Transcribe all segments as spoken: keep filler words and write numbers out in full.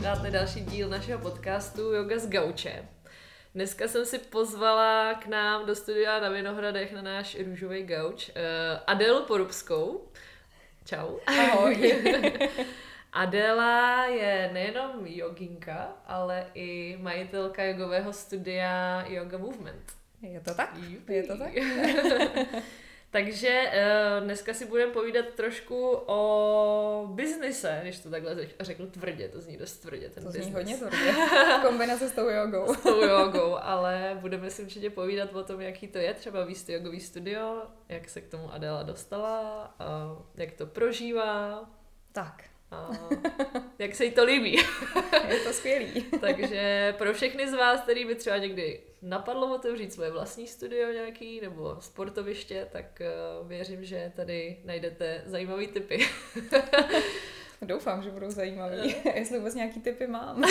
posloucháte další díl našeho podcastu Yoga z gauče. Dneska jsem si pozvala k nám do studia na Vinohradech na náš růžový gauč uh, Adélu Porubskou. Čau. Ahoj. Adéla je nejenom joginka, ale i majitelka jogového studia Yoga Movement. Je to tak? Je to tak? Takže uh, dneska si budeme povídat trošku o biznise, když to takhle řeknu tvrdě, to zní dost tvrdě ten to biznis. To zní hodně tvrdě, v kombinaci s tou jogou. S tou jogou, ale budeme si určitě povídat o tom, jaký to je třeba vést jogový studio, jak se k tomu Adéla dostala, a jak to prožívá. Tak. A jak se jí to líbí. Je to skvělý. Takže pro všechny z vás, který by třeba někdy napadlo otevřít svoje vlastní studio nějaký, nebo sportoviště, tak uh, věřím, že tady najdete zajímavý tipy. Doufám, že budou zajímavý, jestli vůbec nějaký tipy mám.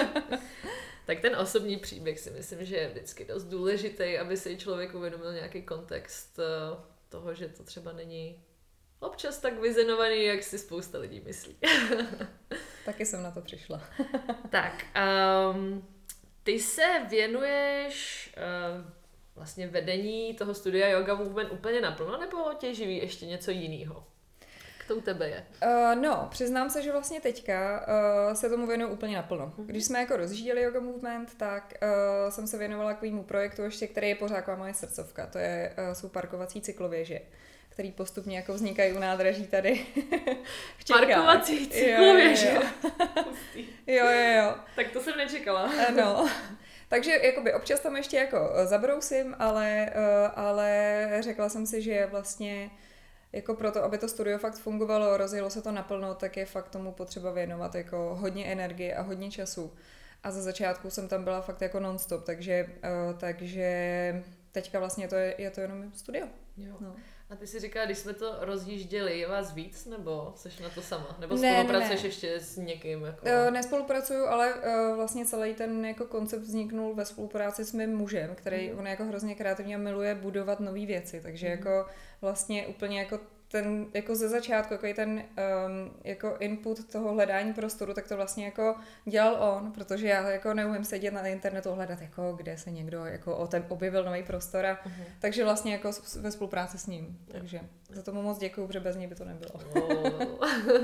Tak ten osobní příběh si myslím, že je vždycky dost důležitý, aby si člověk uvědomil nějaký kontext uh, toho, že to třeba není občas tak vyzenovaný, jak si spousta lidí myslí. Taky jsem na to přišla. Tak, um, ty se věnuješ uh, vlastně vedení toho studia Yoga Movement úplně naplno, nebo tě živí ještě něco jiného? Jak to u tebe je? Uh, no, přiznám se, že vlastně teďka uh, se tomu věnuju úplně naplno. Když jsme jako rozjížděli Yoga Movement, tak uh, jsem se věnovala takovému projektu ještě, který je pořád taková moje srdcovka. To je, uh, jsou parkovací cyklověže, který postupně jako vznikají u nádraží tady v Čechách. Parkovací cyklověže. Jo, jo, jo. jo. Tak to jsem nečekala. No. Takže jakoby občas tam ještě jako zabrousím, ale, ale řekla jsem si, že vlastně jako proto, aby to studio fakt fungovalo, rozjelo se to naplno, tak je fakt tomu potřeba věnovat jako hodně energie a hodně času. A za začátku jsem tam byla fakt jako non-stop, takže, takže teďka vlastně to je, je to jenom studio. Jo. No. A ty si říkala, když jsme to rozjížděli, je vás víc, nebo seš na to sama? Nebo ne, spolupracuješ ne. ještě s někým? Jako... Uh, nespolupracuju, ale uh, vlastně celý ten jako koncept vzniknul ve spolupráci s mým mužem, který mm. on jako hrozně kreativně miluje budovat nové věci, takže mm. jako vlastně úplně jako ten, jako ze začátku, jako ten um, jako input toho hledání prostoru, tak to vlastně jako dělal on, protože já jako neumím sedět na internetu hledat, jako kde se někdo jako o ten objevil nový prostor a uh-huh. takže vlastně jako ve spolupráci s ním, takže za to mu moc děkuju, protože bez něj by to nebylo. Oh.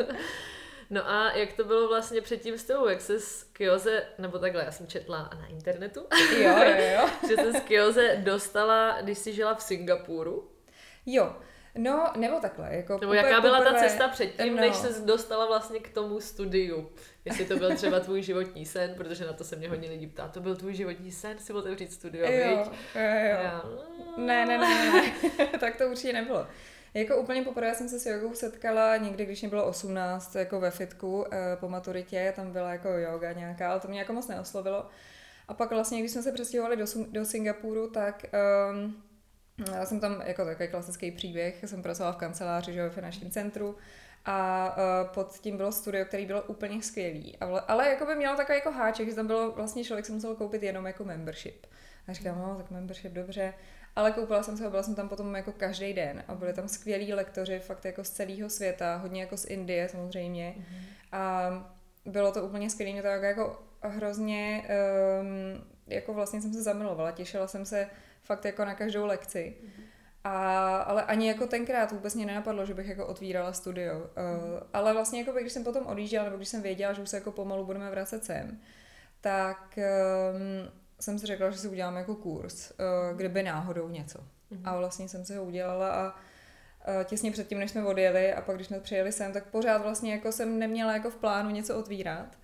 No a jak to bylo vlastně předtím s tebou, jak se z Kyoze, nebo takhle, já jsem četla na internetu, jo, jo, jo. že se z Kyoze dostala, když jsi žila v Singapuru. Jo. No, nebo takhle. Jako nebo jaká byla poprvé, ta cesta předtím, no. než se dostala vlastně k tomu studiu? Jestli to byl třeba tvůj životní sen, protože na to se mě hodně lidí ptá. To byl tvůj životní sen si otevřít studio, jo, viď? Jo, jo. Já, ne, ne, ne, ne. Tak to určitě nebylo. Jako úplně poprvé jsem se s jogou setkala někdy, když mě bylo osmnáct, jako ve fitku po maturitě, tam byla jako yoga nějaká, ale to mě jako moc neoslovilo. A pak vlastně, když jsme se přestěhovali do, do Singapuru, tak... Um, Já jsem tam jako takový klasický příběh, jsem pracovala v kanceláři, že v finančním centru a uh, pod tím bylo studio, který bylo úplně skvělý, ale, ale jako by mělo takový jako háček, že tam bylo vlastně člověk si musel koupit jenom jako membership. A říkám, no tak membership, dobře, ale koupila jsem se a byla jsem tam potom jako každý den a byli tam skvělí lektoři fakt jako z celého světa, hodně jako z Indie samozřejmě mm-hmm. a bylo to úplně skvělý, mě to jako, jako hrozně, um, jako vlastně jsem se zamilovala, těšila jsem se fakt jako na každou lekci. Mm-hmm. A, ale ani jako tenkrát vůbec mě nenapadlo, že bych jako otvírala studio. Mm-hmm. Uh, ale vlastně jako když jsem potom odjížděla, nebo když jsem věděla, že už se jako pomalu budeme vracet sem, tak um, jsem si řekla, že si udělám jako kurz, uh, kdyby náhodou něco. Mm-hmm. A vlastně jsem si ho udělala a uh, těsně předtím, než jsme odjeli a pak když jsme přijeli sem, tak pořád vlastně jako jsem neměla jako v plánu něco otvírat.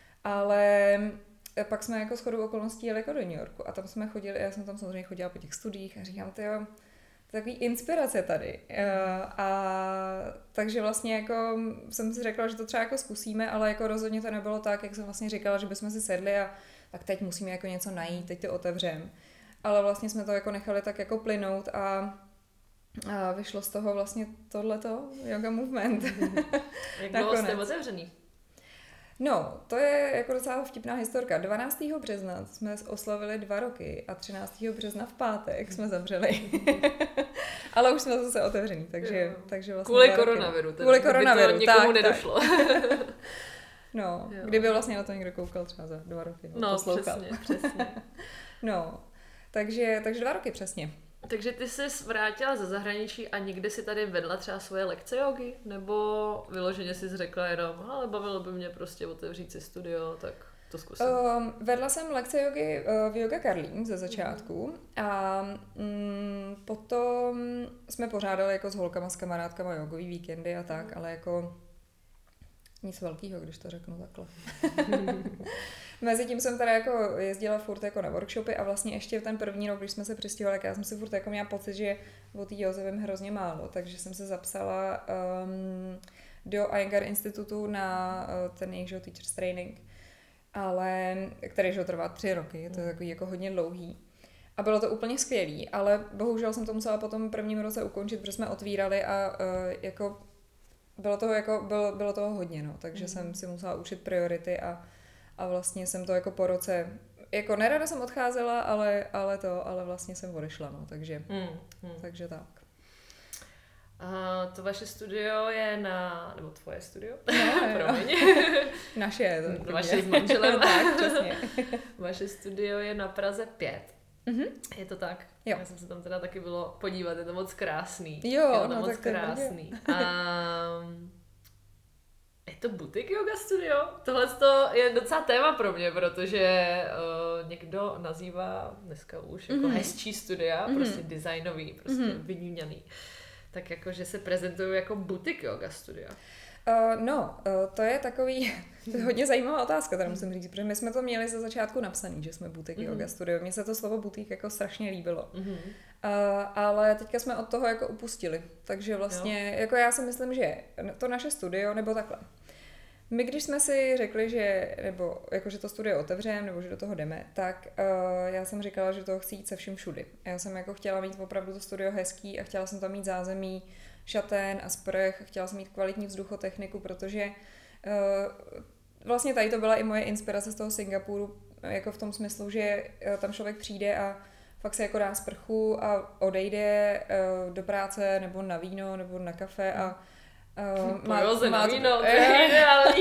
Ale pak jsme jako shodou okolností jeli jako do New Yorku a tam jsme chodili, já jsem tam samozřejmě chodila po těch studiích a říkám, tyjo, to je takový inspirace tady. A takže vlastně jako jsem si řekla, že to třeba jako zkusíme, ale jako rozhodně to nebylo tak, jak jsem vlastně říkala, že bychom si sedli a tak teď musíme jako něco najít, teď to otevřem. Ale vlastně jsme to jako nechali tak jako plynout a a vyšlo z toho vlastně tohleto Yoga Movement. Jak bylo jste otevřený? No, to je jako docela vtipná historka. dvanáctého března jsme oslavili dva roky a třináctého března v pátek jsme zavřeli. Ale už jsme zase otevřený, takže, takže vlastně kvůli koronaviru. Kvůli koronaviru, to nikomu tak, nedošlo. Tak. No, Jo. kdyby vlastně na to někdo koukal třeba za dva roky. No, poslouchal. přesně, přesně. No, takže, takže dva roky přesně. Takže ty jsi vrátila ze zahraničí a někdy si tady vedla třeba svoje lekce jogy? Nebo vyloženě jsi řekla jenom, ale bavilo by mě prostě otevřít si studio, tak to zkusím. Um, vedla jsem lekce jogy uh, v Yoga Karlín ze začátku a mm, potom jsme pořádali jako s holkama, s kamarádkama jogový víkendy a tak, mm. ale jako nic velkýho, když to řeknu takhle. Mezitím jsem teda jako jezdila furt jako na workshopy a vlastně ještě ten první rok, když jsme se přistěhovali, já jsem si furt jako měla pocit, že o té józe vím hrozně málo, takže jsem se zapsala um, do Iyengar institutu na uh, ten jejich teachers training, ale, který že trvá tři roky, to je takový jako hodně dlouhý. A bylo to úplně skvělý, ale bohužel jsem to musela potom prvním roce ukončit, protože jsme otvírali a uh, jako bylo toho, jako, bylo, bylo toho hodně, no, takže mm. jsem si musela učit priority a, a vlastně jsem to jako po roce, jako nerada jsem odcházela, ale, ale to, ale vlastně jsem odešla, no, takže, mm. Mm. takže tak. A to vaše studio je na, nebo tvoje studio? No, Promiň. Naše je to. Vaše s manželem. Tak, přesně. Vaše studio je na Praze pět. Mm-hmm. Je to tak? Jo. Já jsem se tam teda taky bylo podívat, je to moc krásný. Jo, je to no, moc tak to krásný. A je to butik yoga studio? Tohle je docela téma pro mě, protože uh, někdo nazývá dneska už jako mm-hmm. hezčí studia, mm-hmm. prostě designový, prostě mm-hmm. vyňuňaný. Tak jako, že se prezentují jako butik yoga studia. Uh, no, uh, to je takový, to je hodně zajímavá otázka, teda musím říct, protože my jsme to měli ze začátku napsaný, že jsme butik mm-hmm. yoga studio. Mně se to slovo butik jako strašně líbilo. Mm-hmm. Uh, ale teďka jsme od toho jako upustili. Takže vlastně, jo. jako já si myslím, že to naše studio, nebo takhle. My když jsme si řekli, že, nebo jako, že to studio otevřeme, nebo že do toho jdeme, tak uh, já jsem říkala, že to chci jít se vším všudy. Já jsem jako chtěla mít opravdu to studio hezký a chtěla jsem tam mít zázemí, šatén a sprch, chtěla jsem mít kvalitní vzduchotechniku, protože uh, vlastně tady to byla i moje inspirace z toho Singapuru, jako v tom smyslu, že uh, tam člověk přijde a fakt se jako dá sprchu a odejde uh, do práce nebo na víno nebo na kafe a uh, má, má na víno, to je ideální.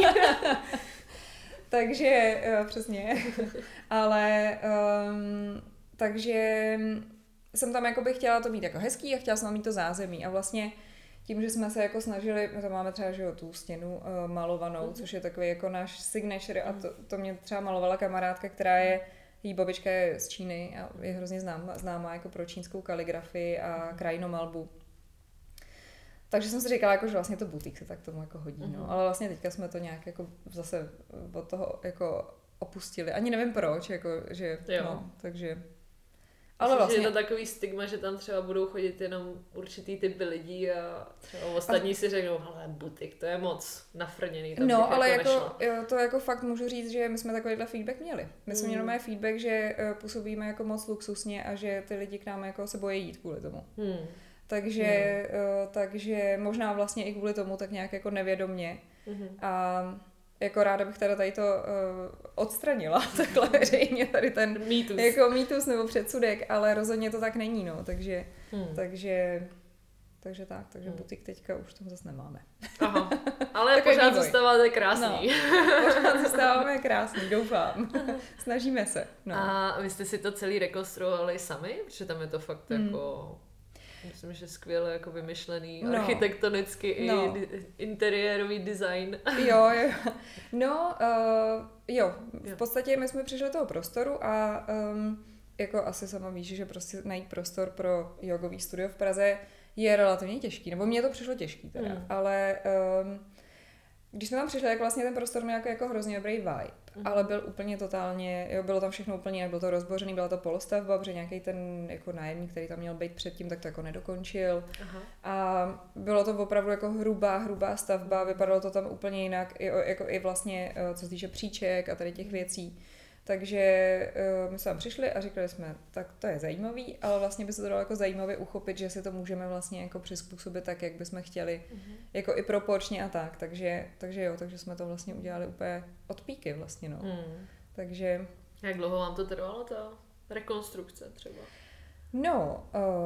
Takže, uh, přesně, ale um, takže jsem tam jakoby chtěla to mít jako hezký a chtěla jsem tam mít to zázemí a vlastně tím, že jsme se jako snažili, my tam máme třeba že jo, tu stěnu uh, malovanou, mm-hmm. což je takový jako náš signature mm-hmm. a to, to mě třeba malovala kamarádka, která je, její babička je z Číny a je hrozně známá, známá jako pro čínskou kaligrafii a mm-hmm. krajinomalbu. Takže jsem si říkala, jako, že vlastně to butik se tak tomu jako hodí, mm-hmm. no. Ale vlastně teďka jsme to nějak jako zase od toho jako opustili. Ani nevím proč, jako, že jo. no, takže... Ale vlastně je to takový stigma, že tam třeba budou chodit jenom určitý typy lidí a třeba ostatní a... si řeknou, hele, butik, to je moc nafrněný. Tam no, ale jako, jako jo, to jako fakt můžu říct, že my jsme takovýhle feedback měli. My jsme mm. měli feedback, že uh, působíme jako moc luxusně a že ty lidi k nám jako se bojí jít kvůli tomu. Mm. Takže, mm. uh, takže možná vlastně i kvůli tomu tak nějak jako nevědomně. Mm. A jako ráda bych teda tady to uh, odstranila, takhle veřejně tady ten mýtus. Jako mýtus nebo předsudek, ale rozhodně to tak není, no, takže, hmm. takže, takže tak, takže hmm. butik teďka už tam zase nemáme. Aha, ale pořád zůstáváte krásný. No, pořád zůstáváme krásný, doufám. Snažíme se. No. A vy jste si to celý rekonstruovali sami? Protože tam je to fakt hmm. jako... Myslím, že skvěle jako vymyšlený, no. architektonicky no. i di- interiérový design. Jo, jo. No, uh, jo. V jo. podstatě my jsme přišli do toho prostoru a um, jako asi sama víš, že prostě najít prostor pro jogový studio v Praze je relativně těžký, nebo mně to přišlo těžký teda, mm. ale um, když jsme tam přišli, tak vlastně ten prostor měl jako, jako hrozně dobrý vibe, mm. ale byl úplně totálně, jo, bylo tam všechno úplně jinak, bylo to rozbořený, byla to polostavba, protože nějaký ten jako nájemník, který tam měl být předtím, tak to jako nedokončil. Aha. A bylo to opravdu jako hrubá, hrubá stavba, vypadalo to tam úplně jinak, i, jako i vlastně, co se týče příček a tady těch věcí. Takže uh, my jsme tam přišli a říkali jsme, tak to je zajímavý, ale vlastně by se to dalo jako zajímavě uchopit, že si to můžeme vlastně jako přizpůsobit tak, jak bychom chtěli, mm-hmm. jako i proporčně a tak, takže, takže jo, takže jsme to vlastně udělali úplně od píky vlastně, no. Mm. Takže... Jak dlouho vám to trvalo, ta rekonstrukce třeba? No, uh,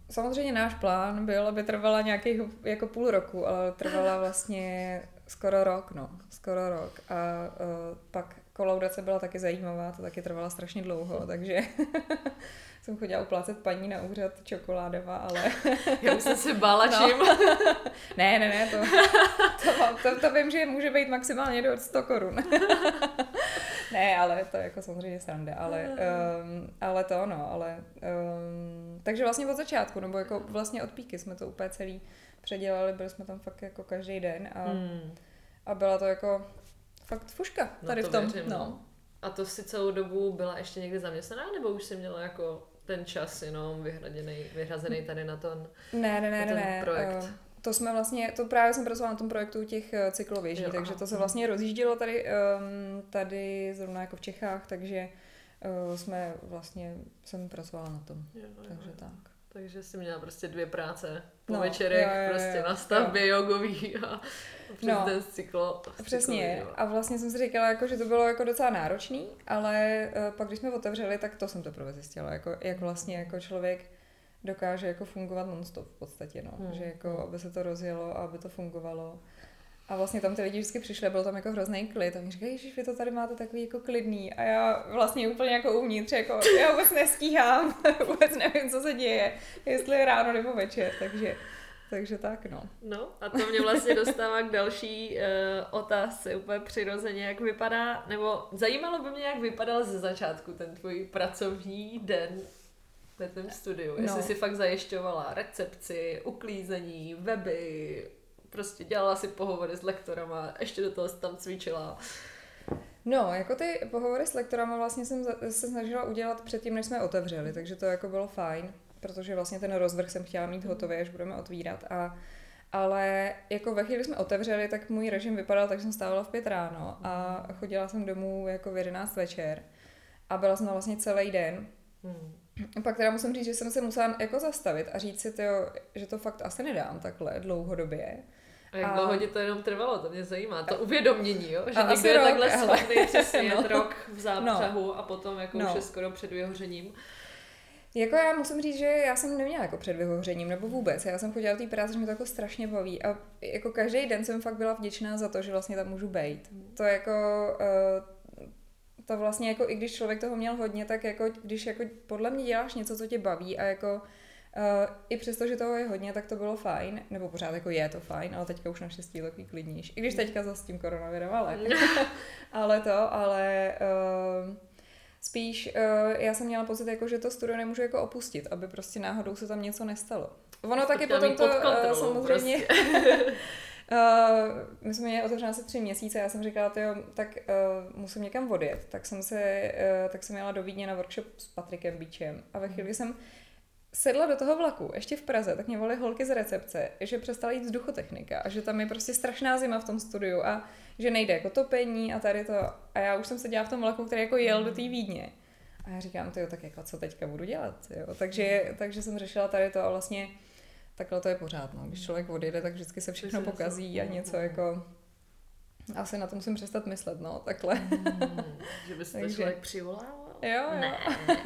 samozřejmě náš plán byl, aby trvala nějakých jako půl roku, ale trvala vlastně skoro rok, no, skoro rok. A uh, pak kolaudace byla taky zajímavá, to taky trvala strašně dlouho, takže jsem chodila uplácet paní na úřad čokoládová, ale... Já už jsem se bála no. čím. ne, ne, ne, to, to, to, to vím, že může být maximálně do sto korun. ne, ale to je jako samozřejmě sranda, ale, um, ale to no, ale... Um, takže vlastně od začátku, nebo jako vlastně od píky jsme to úplně celý předělali, byli jsme tam fakt jako každý den a, hmm. a byla to jako fakt fuška tady no v tom. Věřím, no. A to si celou dobu byla ještě někdy zaměstnaná, nebo už jsi měla jako ten čas jenom vyhrazený, vyhrazený tady na ten, ne, ne, ne, na ten ne, projekt? Uh, to jsme vlastně, to právě jsem pracovala na tom projektu těch cyklověží, jo, takže aha. to se vlastně rozjíždělo tady, um, tady zrovna jako v Čechách, takže uh, jsme vlastně, jsem pracovala na tom, jo, takže jo. tak. Takže jsi měla prostě dvě práce po no, večerech, jo, jo, prostě jo, na stavbě jo. jogový a přes no, ten cyklo. Přesně. A vlastně jsem si říkala, jako, že to bylo jako docela náročný, ale uh, pak když jsme otevřeli, tak to jsem teprve zjistila, jako, jak vlastně jako člověk dokáže jako fungovat non-stop v podstatě, no. Hmm. Že jako, aby se to rozjelo a aby to fungovalo. A vlastně tam ty lidi vždycky přišli, byl tam jako hrozný klid a oni říkají, ježiš, vy to tady máte takový jako klidný a já vlastně úplně jako uvnitř, jako já vůbec nestíhám, vůbec nevím, co se děje, jestli je ráno nebo večer, takže, takže tak, no. No a to mě vlastně dostává k další uh, otázce, úplně přirozeně, jak vypadá, nebo zajímalo by mě, jak vypadal ze začátku ten tvůj pracovní den ve tom studiu, no. Jestli si fakt zajišťovala recepci, uklízení, weby, prostě dělala si pohovory s lektorama, ještě do toho tam cvičila. No, jako ty pohovory s lektorama vlastně jsem se snažila udělat předtím, než jsme otevřeli, takže to jako bylo fajn, protože vlastně ten rozvrh jsem chtěla mít hotový, až budeme otvírat. A, ale jako ve chvíli jsme otevřeli, tak můj režim vypadal, tak jsem stávala v pět ráno a chodila jsem domů jako v jedenáct večer a byla jsem vlastně celý den. Hmm. Pak teda musím říct, že jsem se musela jako zastavit a říct si, tyjo, že to fakt asi nedám takhle dlouhodobě. A jak dlouho ti to jenom trvalo, to mě zajímá, to uvědomění, jo? Že a někdo je rok, takhle schopný přesně no. rok v zápřehu no. a potom jako no. už je skoro před vyhořením. Jako já musím říct, že já jsem neměla jako před vyhořením, nebo vůbec. Já jsem chodila do té práce, že mě to jako strašně baví a jako každý den jsem fakt byla vděčná za to, že vlastně tam můžu bejt. To jako... Uh, to vlastně jako i když člověk toho měl hodně, tak jako když jako podle mě děláš něco, co tě baví a jako uh, i přesto, že toho je hodně, tak to bylo fajn, nebo pořád jako je to fajn, ale teďka už naštěstí takový klidnější. I když teďka zase s tím koronavirem, ale, ale to, ale uh, spíš uh, já jsem měla pocit, jako, že to studio nemůžu jako opustit, aby prostě náhodou se tam něco nestalo. Ono taky potom to uh, samozřejmě... Prostě. Uh, my jsme měli otevřené asi tři měsíce, já jsem říkala, tyjo, tak uh, musím někam odjet, tak jsem se, uh, tak jsem jela do Vídně na workshop s Patrikem Bíčem a ve chvíli jsem sedla do toho vlaku, ještě v Praze, tak mě volily holky z recepce, že přestala jít vzduchotechnika a že tam je prostě strašná zima v tom studiu a že nejde jako topení a tady to a já už jsem seděla v tom vlaku, který jako jel do té Vídně a já říkám, tyjo, tak jako co teďka budu dělat, jo? Takže, takže jsem řešila tady to a vlastně takhle to je pořád, no. Když člověk odjede, tak vždycky se všechno pokazí a něco jako... Asi na to musím přestat myslet, no, takhle. Hmm, že by se to člověk přivolával? Jo, jo. Ne.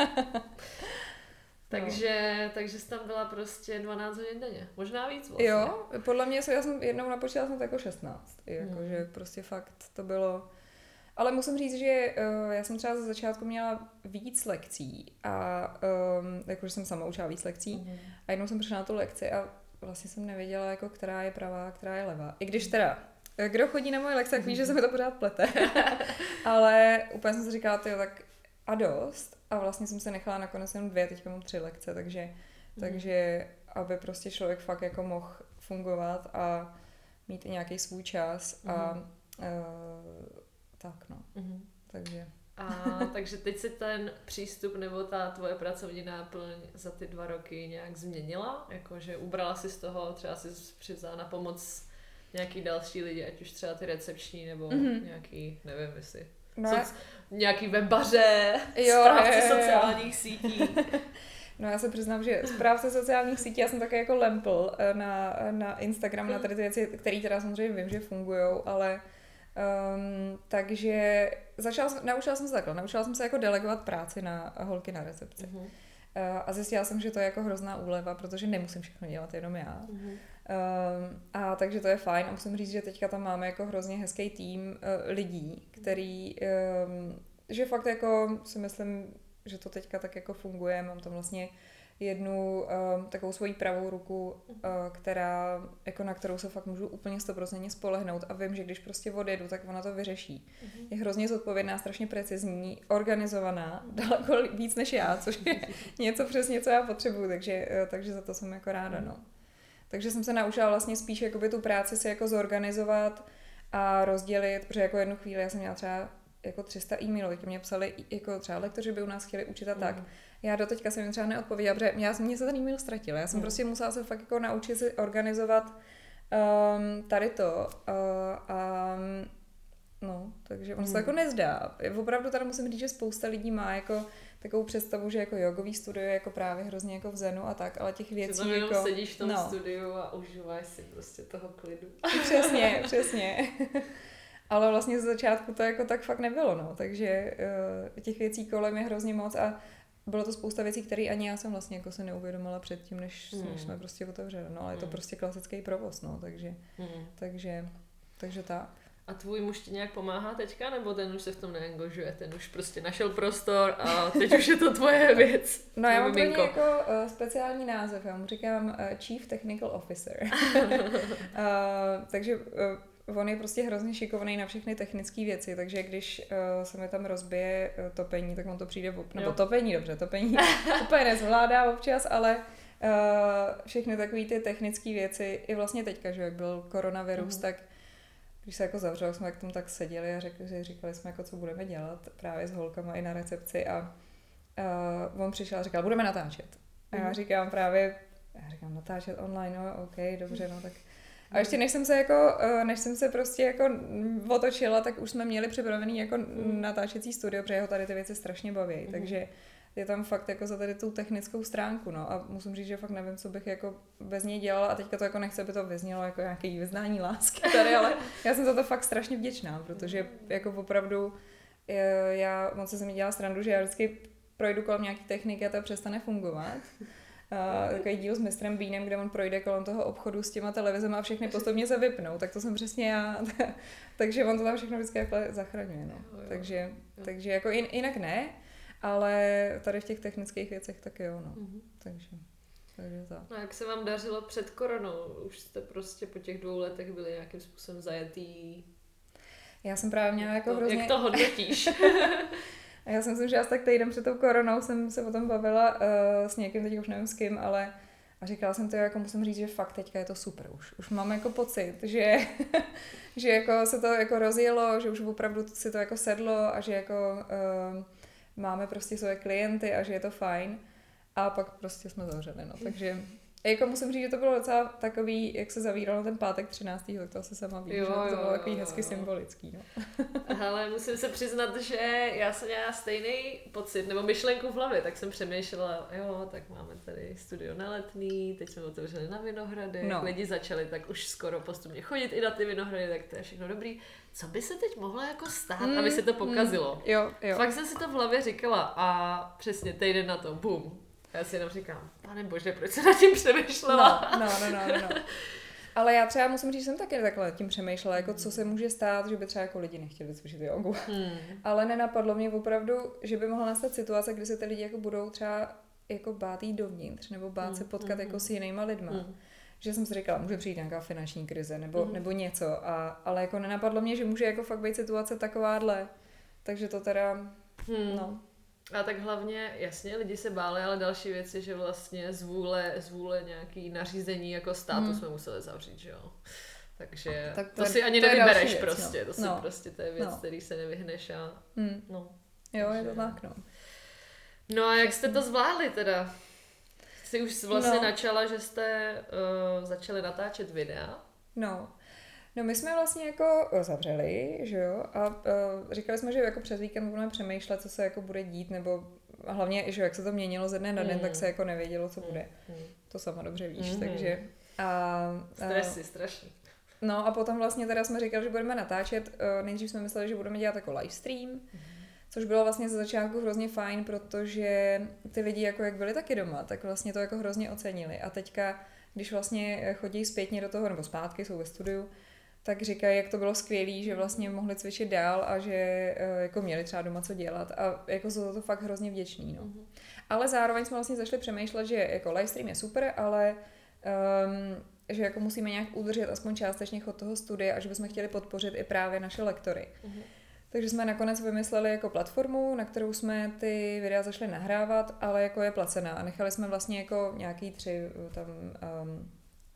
takže, no. takže jsi tam byla prostě dvanáct hodin denně. Možná víc vlastně. Jo, podle mě, já jsem jednou napočítala jsem to jako šestnáct. Jako, hmm. že prostě fakt to bylo... Ale musím říct, že uh, já jsem třeba ze začátku měla víc lekcí a um, jakože jsem sama učila víc lekcí mm. a jednou jsem přišla na tu lekci a vlastně jsem nevěděla, jako, která je pravá, která je levá. I když teda, kdo chodí na moje lekce, tak ví, že se mi to pořád plete. Ale úplně jsem si říkala, tyjo, tak a dost. A vlastně jsem se nechala nakonec jenom dvě, teďka mám tři lekce, takže, mm. takže aby prostě člověk fakt jako mohl fungovat a mít i nějaký svůj čas mm. a uh, tak no, mm-hmm. takže. A takže teď si ten přístup nebo ta tvoje pracovní náplň za ty dva roky nějak změnila? Jakože ubrala si z toho, třeba si přivzala na pomoc nějaký další lidi, ať už třeba ty recepční nebo mm-hmm. nějaký, nevím jestli, no soc, nějaký webaře, jo, správci je, je, je. sociálních sítí. No já se přiznám, že správce sociálních sítí, já jsem také jako lempl na, na Instagram, na tady ty věci, které teda samozřejmě vím, že fungujou, ale Um, takže začala jsem, naučila jsem se takhle, naučila jsem se jako delegovat práci na holky na recepci. Uh-huh. a zjistila jsem, že to je jako hrozná úleva, protože nemusím všechno dělat jenom já. Mm-hmm. Um, a takže to je fajn a musím říct, že teďka tam máme jako hrozně hezký tým uh, lidí, který, um, že fakt jako si myslím, že to teďka tak jako funguje, mám tam vlastně jednu um, takovou svoji pravou ruku, uh, která, jako na kterou se fakt můžu úplně stoprocentně spolehnout a vím, že když prostě odjedu, tak ona to vyřeší. Uh-huh. Je hrozně zodpovědná, strašně precizní, organizovaná, daleko víc než já, což je něco přesně, co já potřebuju, takže, uh, takže za to jsem jako ráda, uh-huh. no. Takže jsem se naučila vlastně spíš jakoby tu práci si jako zorganizovat a rozdělit, protože jako jednu chvíli já jsem měla třeba jako tři sta e-mailů, teď mě psali jako třeba lektoři by u nás chtěli učit a tak. Mm. Já do teďka jsem jim třeba neodpověděla, protože já jsem mě se ten e-mail ztratila. Já jsem mm. prostě musela se fakt jako naučit si organizovat um, tady to uh, a no, takže on mm. se jako nezdá. Opravdu tady musím říct, že spousta lidí má jako takovou představu, že jako jogový studio je jako právě hrozně jako v zenu a tak, ale těch věcí že jako... sedíš v tom no. studiu a užíváš si prostě toho klidu. Přesně, přesně. Ale vlastně z začátku to jako tak fakt nebylo, no, takže uh, těch věcí kolem je hrozně moc a bylo to spousta věcí, které ani já jsem vlastně jako se neuvědomila předtím, než, mm. než jsme prostě otevřeli, no, ale je to mm. prostě klasický provoz, no, takže, mm. takže, takže tak. A tvůj muž ti nějak pomáhá teďka, nebo ten už se v tom neangažuje, ten už prostě našel prostor a teď už je to tvoje věc? No já mám pro něj jako uh, speciální název, já mu říkám uh, Chief Technical Officer. uh, takže uh, on je prostě hrozně šikovný na všechny technické věci, takže když uh, se mi tam rozbije uh, topení, tak on to přijde, v... nebo topení, dobře, topení úplně nezvládá občas, ale uh, všechny takové ty technické věci, i vlastně teďka, že jak byl koronavirus, mm. tak když se jako zavřel, jsme k tomu tak seděli a řekli, že říkali jsme, jako, co budeme dělat právě s holkama i na recepci a uh, on přišel a říkal, budeme natáčet. A já říkám právě, já říkám, natáčet online, no ok, dobře, no tak. A ještě než jsem se jako, než jsem se prostě jako otočila, tak už jsme měli připravený jako natáčecí studio, protože ho tady ty věci strašně baví, mm. takže je tam fakt jako za tady tu technickou stránku, no a musím říct, že fakt nevím, co bych jako bez něj dělala a teďka to jako nechci, aby to vyznělo jako nějaký vyznání lásky tady, ale já jsem za to fakt strašně vděčná, protože jako opravdu já moc se mi dělala srandu, že já vždycky projdu kolem nějaký techniky a to přestane fungovat. Uh, takový díl s mistrem Beanem, kde on projde kolem toho obchodu s těma televizemi a všechny postupně se vypnou, tak to jsem přesně já. Takže on to tam všechno vždycky jako zachraňuje. No. Jo, jo. Takže, takže jako jin, jinak ne, ale tady v těch technických věcech tak jo. No. Mm-hmm. Takže, takže tak. No jak se vám dařilo před koronou? Už jste prostě po těch dvou letech byli nějakým způsobem zajetý? Já jsem právě měla jako hrozně... Jak to hodnotíš? A já si myslím, že asi tak týden před tou koronou jsem se o tom bavila uh, s někým, teď už nevím s kým, ale a říkala jsem to, jako musím říct, že fakt teďka je to super už. Už mám jako pocit, že, že jako se to jako rozjelo, že už opravdu si to jako sedlo a že jako uh, máme prostě svoje klienty a že je to fajn. A pak prostě jsme zavřeli, no, takže... Jako musím říct, že to bylo docela takový, jak se zavíralo ten pátek třináctého tak to asi sama víš, jo, že to bylo jo, takový jo, hezky jo. symbolický. No. Ale musím se přiznat, že já jsem měla stejný pocit, nebo myšlenku v hlavě, tak jsem přemýšlela, jo, tak máme tady studio na Letný, teď jsme otevřeli na Vinohrady, no. lidi začali tak už skoro postupně chodit i na ty Vinohrady, tak to je všechno dobrý. Co by se teď mohlo jako stát, mm, aby se to pokazilo? Mm, jo, jo. Fakt jsem si to v hlavě říkala a přesně týden na to, bum. Já si jenom říkám, pane bože, proč se nad tím přemýšlela? No, no, no, no, no. Ale já třeba musím říct, že jsem taky takhle tím přemýšlela, jako co se může stát, že by třeba jako lidi nechtěli cvičit jogu. Hmm. Ale nenapadlo mě opravdu, že by mohla nastat situace, kdy se ty lidi jako budou třeba jako bát jít dovnitř, nebo bát hmm. se potkat hmm. jako s jinýma lidma. Hmm. Že jsem si říkala, může přijít nějaká finanční krize, nebo, hmm. nebo něco. A, ale jako nenapadlo mě, že může jako fakt být situace takováhle. Takže to teda, hmm. no... A tak hlavně, jasně, lidi se báli, ale další věc je, že vlastně z vůle, z vůle nějaký nařízení jako státu hmm. jsme museli zavřít, že jo. Takže tak to, to si ani to nevybereš věc, prostě, no. to si no. prostě, to je věc, no. který se nevyhneš a hmm. no. Jo, je to tak, no. No a jak jste to zvládli teda? Jsi už vlastně no. načala, že jste uh, začali natáčet videa? No. No my jsme vlastně jako zavřeli, že jo, a uh, říkali jsme, že jako přes víkend budeme přemýšlet, co se jako bude dít, nebo hlavně, že jak se to měnilo ze dne na den, mm. tak se jako nevědělo, co bude. Mm. To sama dobře víš, mm. takže... A, Stresy, strašný. No a potom vlastně teda jsme říkali, že budeme natáčet, uh, nejdřív jsme mysleli, že budeme dělat jako livestream, mm. Což bylo vlastně ze začátku hrozně fajn, protože ty lidi jako jak byli taky doma, tak vlastně to jako hrozně ocenili. A teďka, když vlastně chodí zpětně do toho, nebo zpátky, jsou ve studiu, tak říkají, jak to bylo skvělý, že vlastně mohli cvičit dál a že jako měli třeba doma co dělat a jako jsou to fakt hrozně vděční. No. Mm-hmm. Ale zároveň jsme vlastně začali přemýšlet, že jako livestream je super, ale um, že jako musíme nějak udržet aspoň částečně chod toho studia a že bychom chtěli podpořit i právě naše lektory. Mm-hmm. Takže jsme nakonec vymysleli jako platformu, na kterou jsme ty videa začali nahrávat, ale jako je placená. A nechali jsme vlastně jako nějaký tři tam um,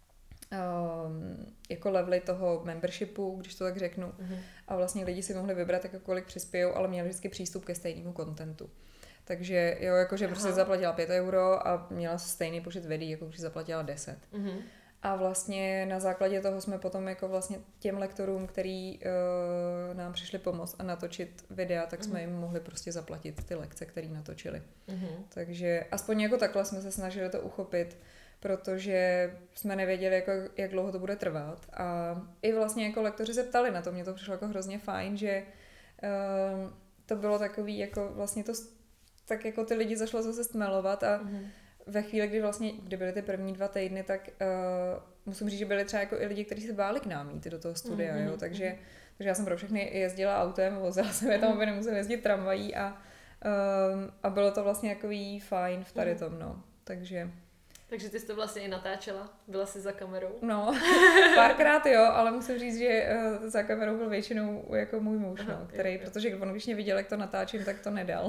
um, jako levely toho membershipu, když to tak řeknu. Mm-hmm. A vlastně lidi si mohli vybrat, jako kolik přispějou, ale měli vždycky přístup ke stejnému kontentu. Takže jo, jakože prostě zaplatila pět euro a měla stejný počet videí, jako když zaplatila deset. Mm-hmm. A vlastně na základě toho jsme potom jako vlastně těm lektorům, který uh, nám přišli pomoct a natočit videa, tak jsme mm. jim mohli prostě zaplatit ty lekce, které natočili. Mm-hmm. Takže aspoň jako takhle jsme se snažili to uchopit, protože jsme nevěděli, jako, jak dlouho to bude trvat. A i vlastně jako lektoři se ptali na to, mně to přišlo jako hrozně fajn, že uh, to bylo takový, jako vlastně to tak jako ty lidi zašlo zase stmelovat a mm. ve chvíli, kdy vlastně, kdy byly ty první dva týdny, tak uh, musím říct, že byli třeba jako i lidi, kteří se báli k nám jít do toho studia, mm-hmm. jo, takže, takže já jsem pro všechny jezdila autem, vozila jsem je tam, aby nemusela jezdit tramvají a, um, a bylo to vlastně takový fajn v tady tom, no, takže... Takže ty jsi to vlastně i natáčela? Byla jsi za kamerou? No, párkrát jo, ale musím říct, že uh, za kamerou byl většinou jako můj muž, Aha, no, který, jo, jo. protože on když mě viděl, jak to natáčím, tak to nedal.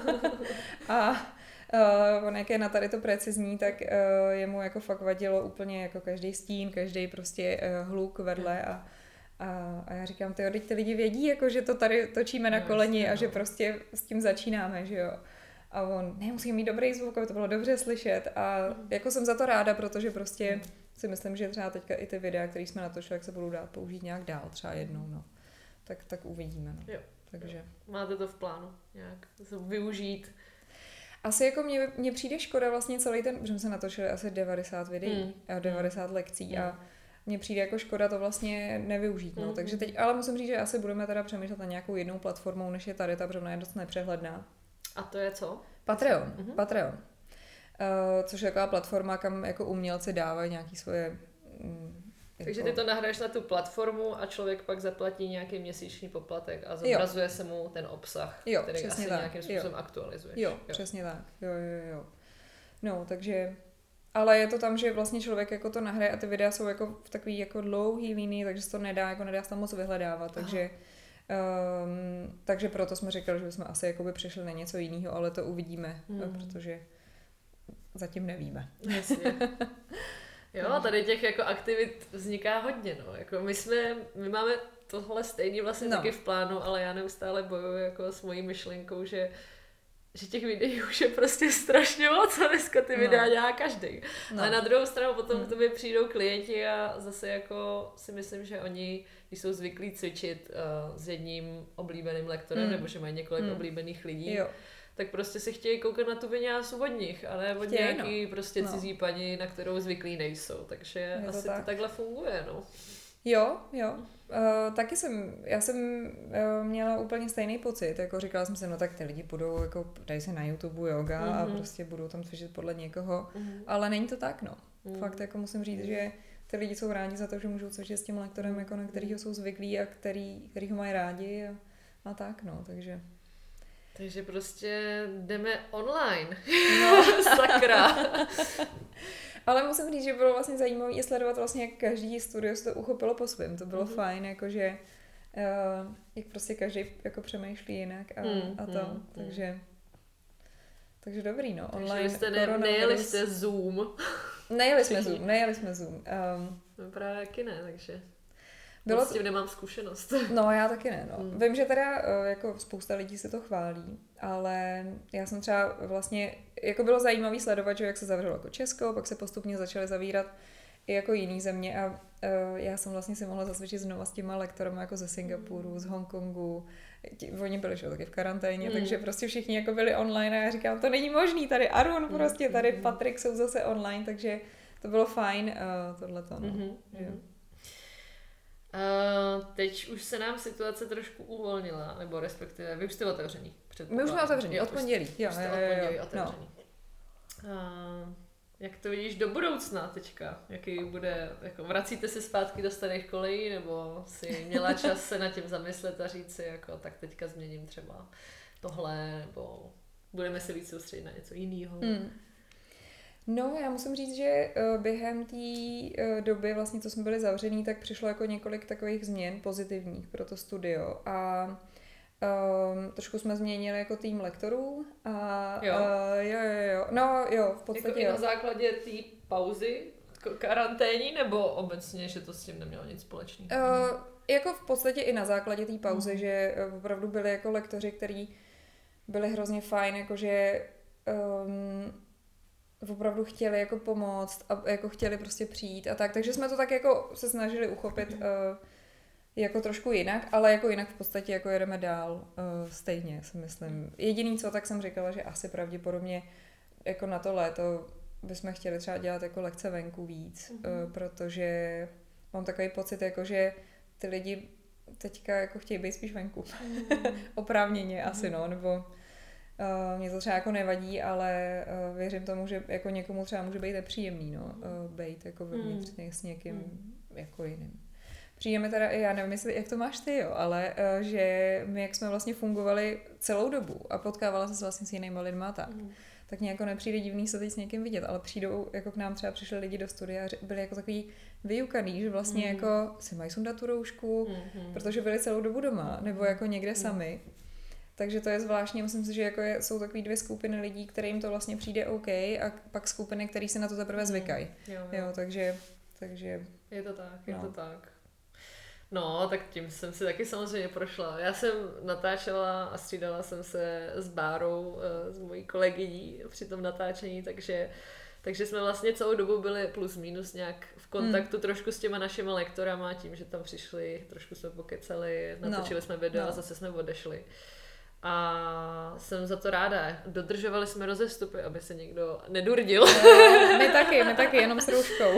a uh, on jak je na tady to precizní, tak uh, jemu jako fakt vadilo úplně jako každý stín, každý prostě uh, hluk vedle a, a, a já říkám, tyjo, teď ty lidi vědí, jako, že to tady točíme na no, koleni jasně, a no. že prostě s tím začínáme, že jo. A on, ne, musíme mít dobrý zvuk, aby to bylo dobře slyšet a mm. jako jsem za to ráda, protože prostě mm. si myslím, že třeba teďka i ty videa, které jsme natočili, jak se budou dát použít nějak dál, třeba jednou, no. Tak, tak uvidíme, no. Jo. Takže. Jo. Máte to v plánu nějak využít? Asi jako mně, mně přijde škoda vlastně celý ten, protože jsme se natočili asi devadesát videí mm. a devadesát mm. lekcí mm. a mně přijde jako škoda to vlastně nevyužít, no. Mm. Takže teď, ale musím říct, že asi budeme teda přemýšlet na nějakou jednou platformou, než je tady, ta, protože ona je dost nepřehledná. A to je co? Patreon. Mm-hmm. Patreon. Uh, což je taková platforma, kam jako umělci dávají nějaký svoje... Um, Takže jako... ty to nahraješ na tu platformu a člověk pak zaplatí nějaký měsíční poplatek a zobrazuje jo. se mu ten obsah, jo, který asi tak. nějakým způsobem jo. aktualizuješ. Jo, jo, přesně tak. Jo, jo, jo. No, takže... Ale je to tam, že vlastně člověk jako to nahraje a ty videa jsou jako v takový jako dlouhý linii, takže se to nedá, jako nedá se tam moc vyhledávat, takže... Um, takže proto jsme říkali, že bychom asi jakoby přišli na něco jiného, ale to uvidíme, mm. protože zatím nevíme. Jasně. Jo, a tady těch jako aktivit vzniká hodně, no. Jako my jsme, my máme tohle stejný vlastně no. taky v plánu, ale já neustále bojuji jako s mojí myšlenkou, že že těch videí už je prostě strašně moc a dneska ty videa no. dělá každý. No. Ale na druhou stranu potom mm. k tobě přijdou klienti a zase jako si myslím, že oni, když jsou zvyklí cvičit uh, s jedním oblíbeným lektorem, mm. nebo že mají několik mm. oblíbených lidí, jo. tak prostě si chtějí koukat na tu viňásu od nich, a ne od chtějí, nějaký no. prostě no. cizí paní, na kterou zvyklí nejsou. Takže je asi to, tak. to takhle funguje, no. Jo, jo. Uh, taky jsem, já jsem uh, měla úplně stejný pocit, jako říkala jsem si, no tak ty lidi budou, jako dají se na YouTube yoga mm-hmm. a prostě budou tam cvičit podle někoho, mm-hmm. ale není to tak, no. Mm-hmm. Fakt jako musím říct, že ty lidi jsou rádi za to, že můžou cvičit s tím lektorem, jako na kterýho jsou zvyklí a který, který ho mají rádi a, a tak, no, takže... Takže prostě jdeme online. No, sakra. Ale musím říct, že bylo vlastně zajímavé i sledovat vlastně, jak každý studio se to uchopilo po svém. To bylo mm. fajn, jakože uh, jak prostě každý jako přemýšlí jinak a, mm, a to. Mm, takže, takže dobrý, no. Online takže jste ne, nejeli jste Zoom. Nejeli jsme Zoom, nejeli jsme Zoom. Um, no právě taky ne, takže... Bylo s tím nemám zkušenost. No, já taky ne, no. Hmm. Vím, že teda jako spousta lidí se to chválí, ale já jsem třeba vlastně, jako bylo zajímavý sledovat, že jak se zavřelo jako Česko, pak se postupně začaly zavírat i jako jiný země a uh, já jsem vlastně si mohla zasvědčit znova s těma lektorama jako ze Singapuru, z Hongkongu, Tí, oni byli že, taky v karanténě, hmm. takže prostě všichni jako byli online a já říkám, to není možný, tady Arun prostě, tady Patrik jsou zase online, takže to bylo fajn uh, tohleto, no. Hmm. Že? Uh, teď už se nám situace trošku uvolnila, nebo respektive vy už jste otevření. My už jsme otevření, od pondělí. Jo, jste od pondělí otevření. No. Uh, jak to vidíš do budoucna teďka? Jaký bude, jako vracíte se zpátky do starých kolejí, nebo si měla čas se nad tím zamyslet a říct si, jako tak teďka změním třeba tohle, nebo budeme se víc soustředit na něco jiného? Hmm. No, já musím říct, že během té doby, vlastně, co jsme byli zavřený, tak přišlo jako několik takových změn pozitivních pro to studio a um, trošku jsme změnili jako tým lektorů a jo. Uh, jo, jo, jo, no jo, v podstatě jako jo. i na základě té pauzy karanténní, nebo obecně, že to s tím nemělo nic společného? Uh, jako v podstatě i na základě té pauzy, mm. že opravdu byli jako lektoři, kteří byli hrozně fajn, jakože um, opravdu chtěli jako pomoct a jako chtěli prostě přijít a tak, takže jsme to tak jako se snažili uchopit uh, jako trošku jinak, ale jako jinak v podstatě jako jedeme dál uh, stejně, si myslím. Jediný co, tak jsem říkala, že asi pravděpodobně jako na to léto bychom chtěli třeba dělat jako lekce venku víc, mm-hmm. uh, protože mám takový pocit, jako že ty lidi teďka jako chtějí být spíš venku. Mm. Oprávněně mm. asi, no, nebo Uh, mě to třeba jako nevadí, ale uh, věřím tomu, že jako někomu třeba může být nepříjemný, no, uh, být jako vevnitř mm. s někým mm. jako jiným. Přijde mi teda, já nevím, jestli, jak to máš ty, jo, ale uh, že my, jak jsme vlastně fungovali celou dobu a potkávala se vlastně s jinýma lidma tak, mm. tak mě jako nepřijde divný se teď s někým vidět, ale přijdou, jako k nám třeba přišli lidi do studia a byli jako takový vyjukaný, že vlastně mm. jako si mají sundat tu roušku, mm. protože byli celou dobu doma, nebo jako někde mm. sami. Takže to je zvláštní, myslím si, že jako je, jsou takové dvě skupiny lidí, kterým to vlastně přijde OK a pak skupiny, které se na to teprve zvykají. Jo, jo. jo, takže, takže... Je to tak, je no. to tak. No, tak tím jsem si taky samozřejmě prošla. Já jsem natáčela a střídala jsem se s Bárou, s mojí kolegyní při tom natáčení, takže Takže jsme vlastně celou dobu byli plus minus nějak v kontaktu hmm. trošku s těma našima lektorama, tím, že tam přišli, trošku jsme pokecali, natočili no. jsme video no. a zase jsme odešli. A jsem za to ráda. Dodržovali jsme rozestupy, aby se někdo nedurdil. No, my taky, my taky, jenom s rouškou.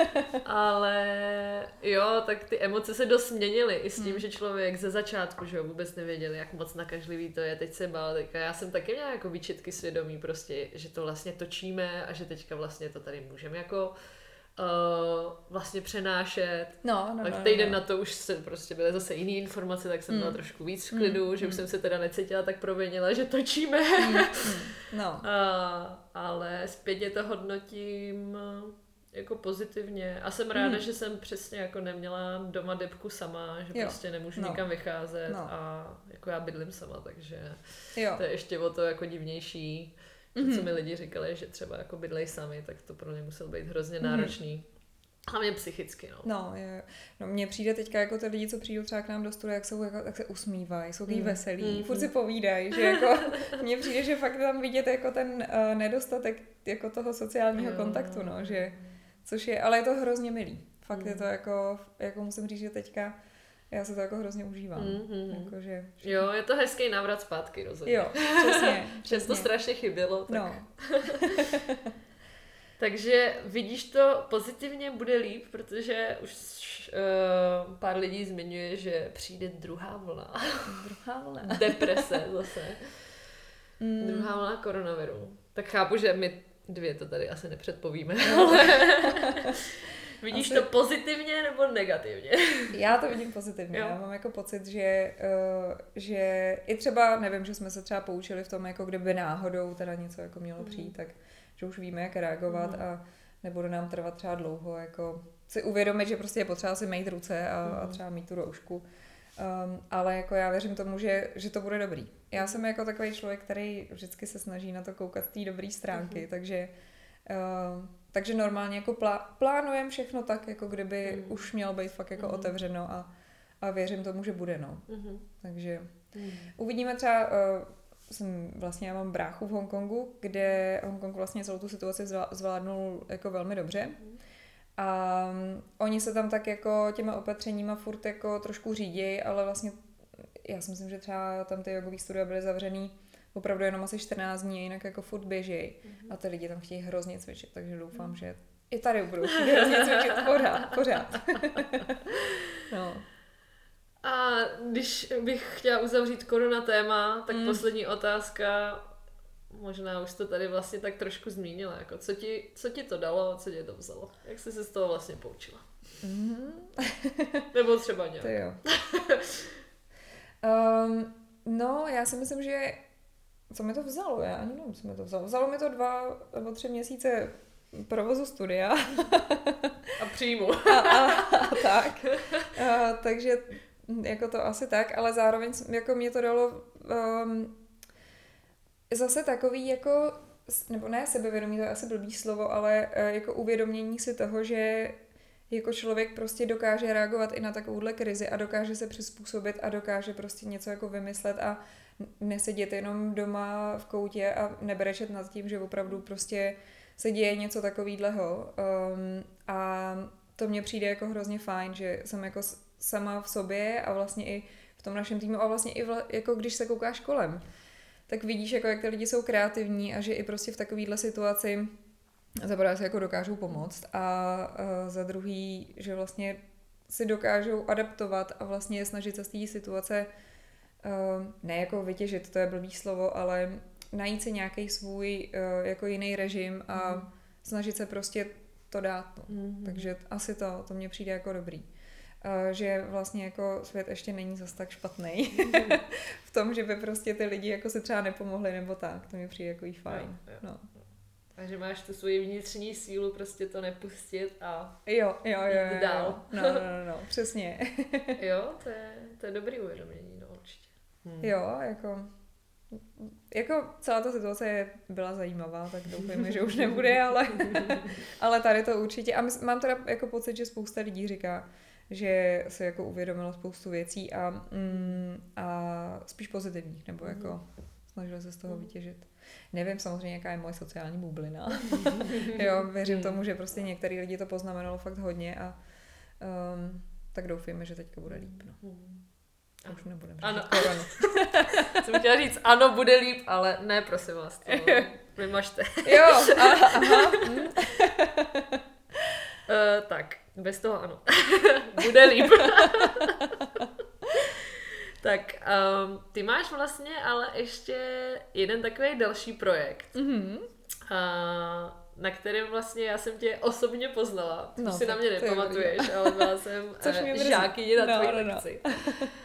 Ale jo, tak ty emoce se dost měnily i s tím, hmm. že člověk ze začátku, že jo, vůbec nevěděl, jak moc nakažlivý to je, teď se bál, teďka já jsem taky měla jako výčitky svědomí prostě, že to vlastně točíme a že teďka vlastně to tady můžeme jako Uh, vlastně přenášet. No, no, tak no, týden no. na to už se prostě byly zase jiné informace, tak jsem mm. byla trošku víc v klidu, mm. že už mm. jsem se teda necítila tak provinila, že točíme. Mm. Mm. No. uh, ale zpětně to hodnotím jako pozitivně. A jsem ráda, mm. že jsem přesně jako neměla doma debku sama, že jo. prostě nemůžu no. nikam vycházet no. a jako já bydlím sama, takže jo. to je ještě o to jako divnější. Mm-hmm. Co mi lidi říkali, že třeba jako bydlej sami, tak to pro ně muselo být hrozně náročný. Mm-hmm. Hlavně psychicky, no. No, je, no, mně přijde teďka jako ty lidi, co přijdou třeba k nám do studia, jak, jsou, jako, jak se usmívají, jsou takový mm. veselí, mm-hmm. furt si povídají, že jako mně přijde, že fakt tam vidět jako ten uh, nedostatek jako toho sociálního jo. kontaktu, no, že, což je, ale je to hrozně milý. Fakt mm. je to jako, jako musím říct, že teďka já se to jako hrozně užívám. Mm-hmm. Jako, že... Jo, je to hezký návrat zpátky rozhodně. Jo, přesně. Přes to strašně chybělo. Tak... No. Takže vidíš to pozitivně, bude líp, protože už uh, pár lidí zmiňuje, že přijde druhá vlna. Druhá vlna. Deprese zase. Mm. Druhá vlna koronaviru. Tak chápu, že my dvě to tady asi nepředpovíme, ale... Vidíš Asi... to pozitivně nebo negativně? Já to vidím pozitivně. Jo. Já mám jako pocit, že, uh, že i třeba, nevím, že jsme se třeba poučili v tom, jako kdyby náhodou teda něco jako mělo mm. přijít, tak že už víme, jak reagovat mm. a nebude nám trvat třeba dlouho, jako si uvědomit, že prostě je potřeba si mít ruce a, mm. a třeba mít tu roušku. Um, ale jako já věřím tomu, že, že to bude dobrý. Já jsem jako takový člověk, který vždycky se snaží na to koukat z té dobré stránky, mm. takže uh, Takže normálně jako plá, plánujeme všechno tak, jako kdyby mm. už mělo být fakt jako mm. otevřeno a, a věřím tomu, že bude, no. Mm. Takže mm. uvidíme třeba, uh, jsem vlastně, já mám bráchu v Hongkongu, kde Hongkong vlastně celou tu situaci zvládnul jako velmi dobře. Mm. A um, oni se tam tak jako těma opatřeníma furt jako trošku řídí, ale vlastně já si myslím, že třeba tam ty jogový studia byly zavřený opravdu jenom asi čtrnáct dní, jinak jako furt běží. Mm-hmm. A ty lidi tam chtějí hrozně cvičit, takže doufám, mm. že I tady budu hrozně cvičit pořád, pořád. No. A když bych chtěla uzavřít korona téma, tak Mm. poslední otázka, možná už to tady vlastně tak trošku zmínila, jako co ti, co ti to dalo, co tě to vzalo? Jak jsi se z toho vlastně poučila? Mm. Nebo třeba nějak? To jo. um, no, já si myslím, že co mi to vzalo? Já ani nevím, co mi to vzalo. Vzalo mi to dva nebo tři měsíce provozu studia. A příjmu. a, a, a tak. A, takže jako to asi tak, ale zároveň jako mě to dalo um, zase takový jako, nebo ne sebevědomí, to je asi blbý slovo, ale uh, jako uvědomění si toho, že jako člověk prostě dokáže reagovat i na takovouhle krizi a dokáže se přizpůsobit a dokáže prostě něco jako vymyslet a nesedět jenom doma v koutě a nebrečet nad tím, že opravdu prostě se děje něco takovýhleho. Um, a to mně přijde jako hrozně fajn, že jsem jako sama v sobě a vlastně i v tom našem týmu a vlastně i vla, jako když se koukáš kolem, tak vidíš, jako jak ty lidi jsou kreativní a že i prostě v takovýhle situaci za prvé si jako dokážou pomoct a uh, za druhý, že vlastně si dokážou adaptovat a vlastně snažit se z té situace uh, ne jako vytěžit, to je blbý slovo, ale najít si nějaký svůj uh, jako jiný režim a mm. snažit se prostě to dát. No. Mm. Takže asi to, to mně přijde jako dobrý. Uh, že vlastně jako svět ještě není zas tak špatný mm. v tom, že by prostě ty lidi jako si třeba nepomohli nebo tak. To mi přijde jako jí fajn. Jo, jo. No. A že máš tu svoji vnitřní sílu prostě to nepustit a jo, jo, jo, jo, jít dál. No, no, no, no, přesně. Jo, to je, to je dobrý uvědomění, no určitě. Hmm. Jo, jako, jako celá ta situace byla zajímavá, tak doufejme, že už nebude, ale, ale tady to určitě. A mám teda jako pocit, že spousta lidí říká, že se jako uvědomilo spoustu věcí a, mm, a spíš pozitivních, nebo jako snažili se z toho vytěžit. Nevím samozřejmě, jaká je moje sociální bublina. Jo, věřím tomu, že prostě některý lidi to poznamenalo fakt hodně a um, tak doufejme, že teďka bude líp. No. A už nebudeme ano. koronu. Jsem chtěla říct, ano, bude líp, ale ne, prosím vás, to vymažte. Jo, aha, aha. Hm. uh, tak, bez toho ano. Bude líp. Tak, um, ty máš vlastně ale ještě jeden takový další projekt, Mm-hmm. uh, na kterém vlastně já jsem tě osobně poznala. No, si na mě to nepamatuješ, ale byla jsem uh, žákyně na no, tvojí no, no. lekci. Uh,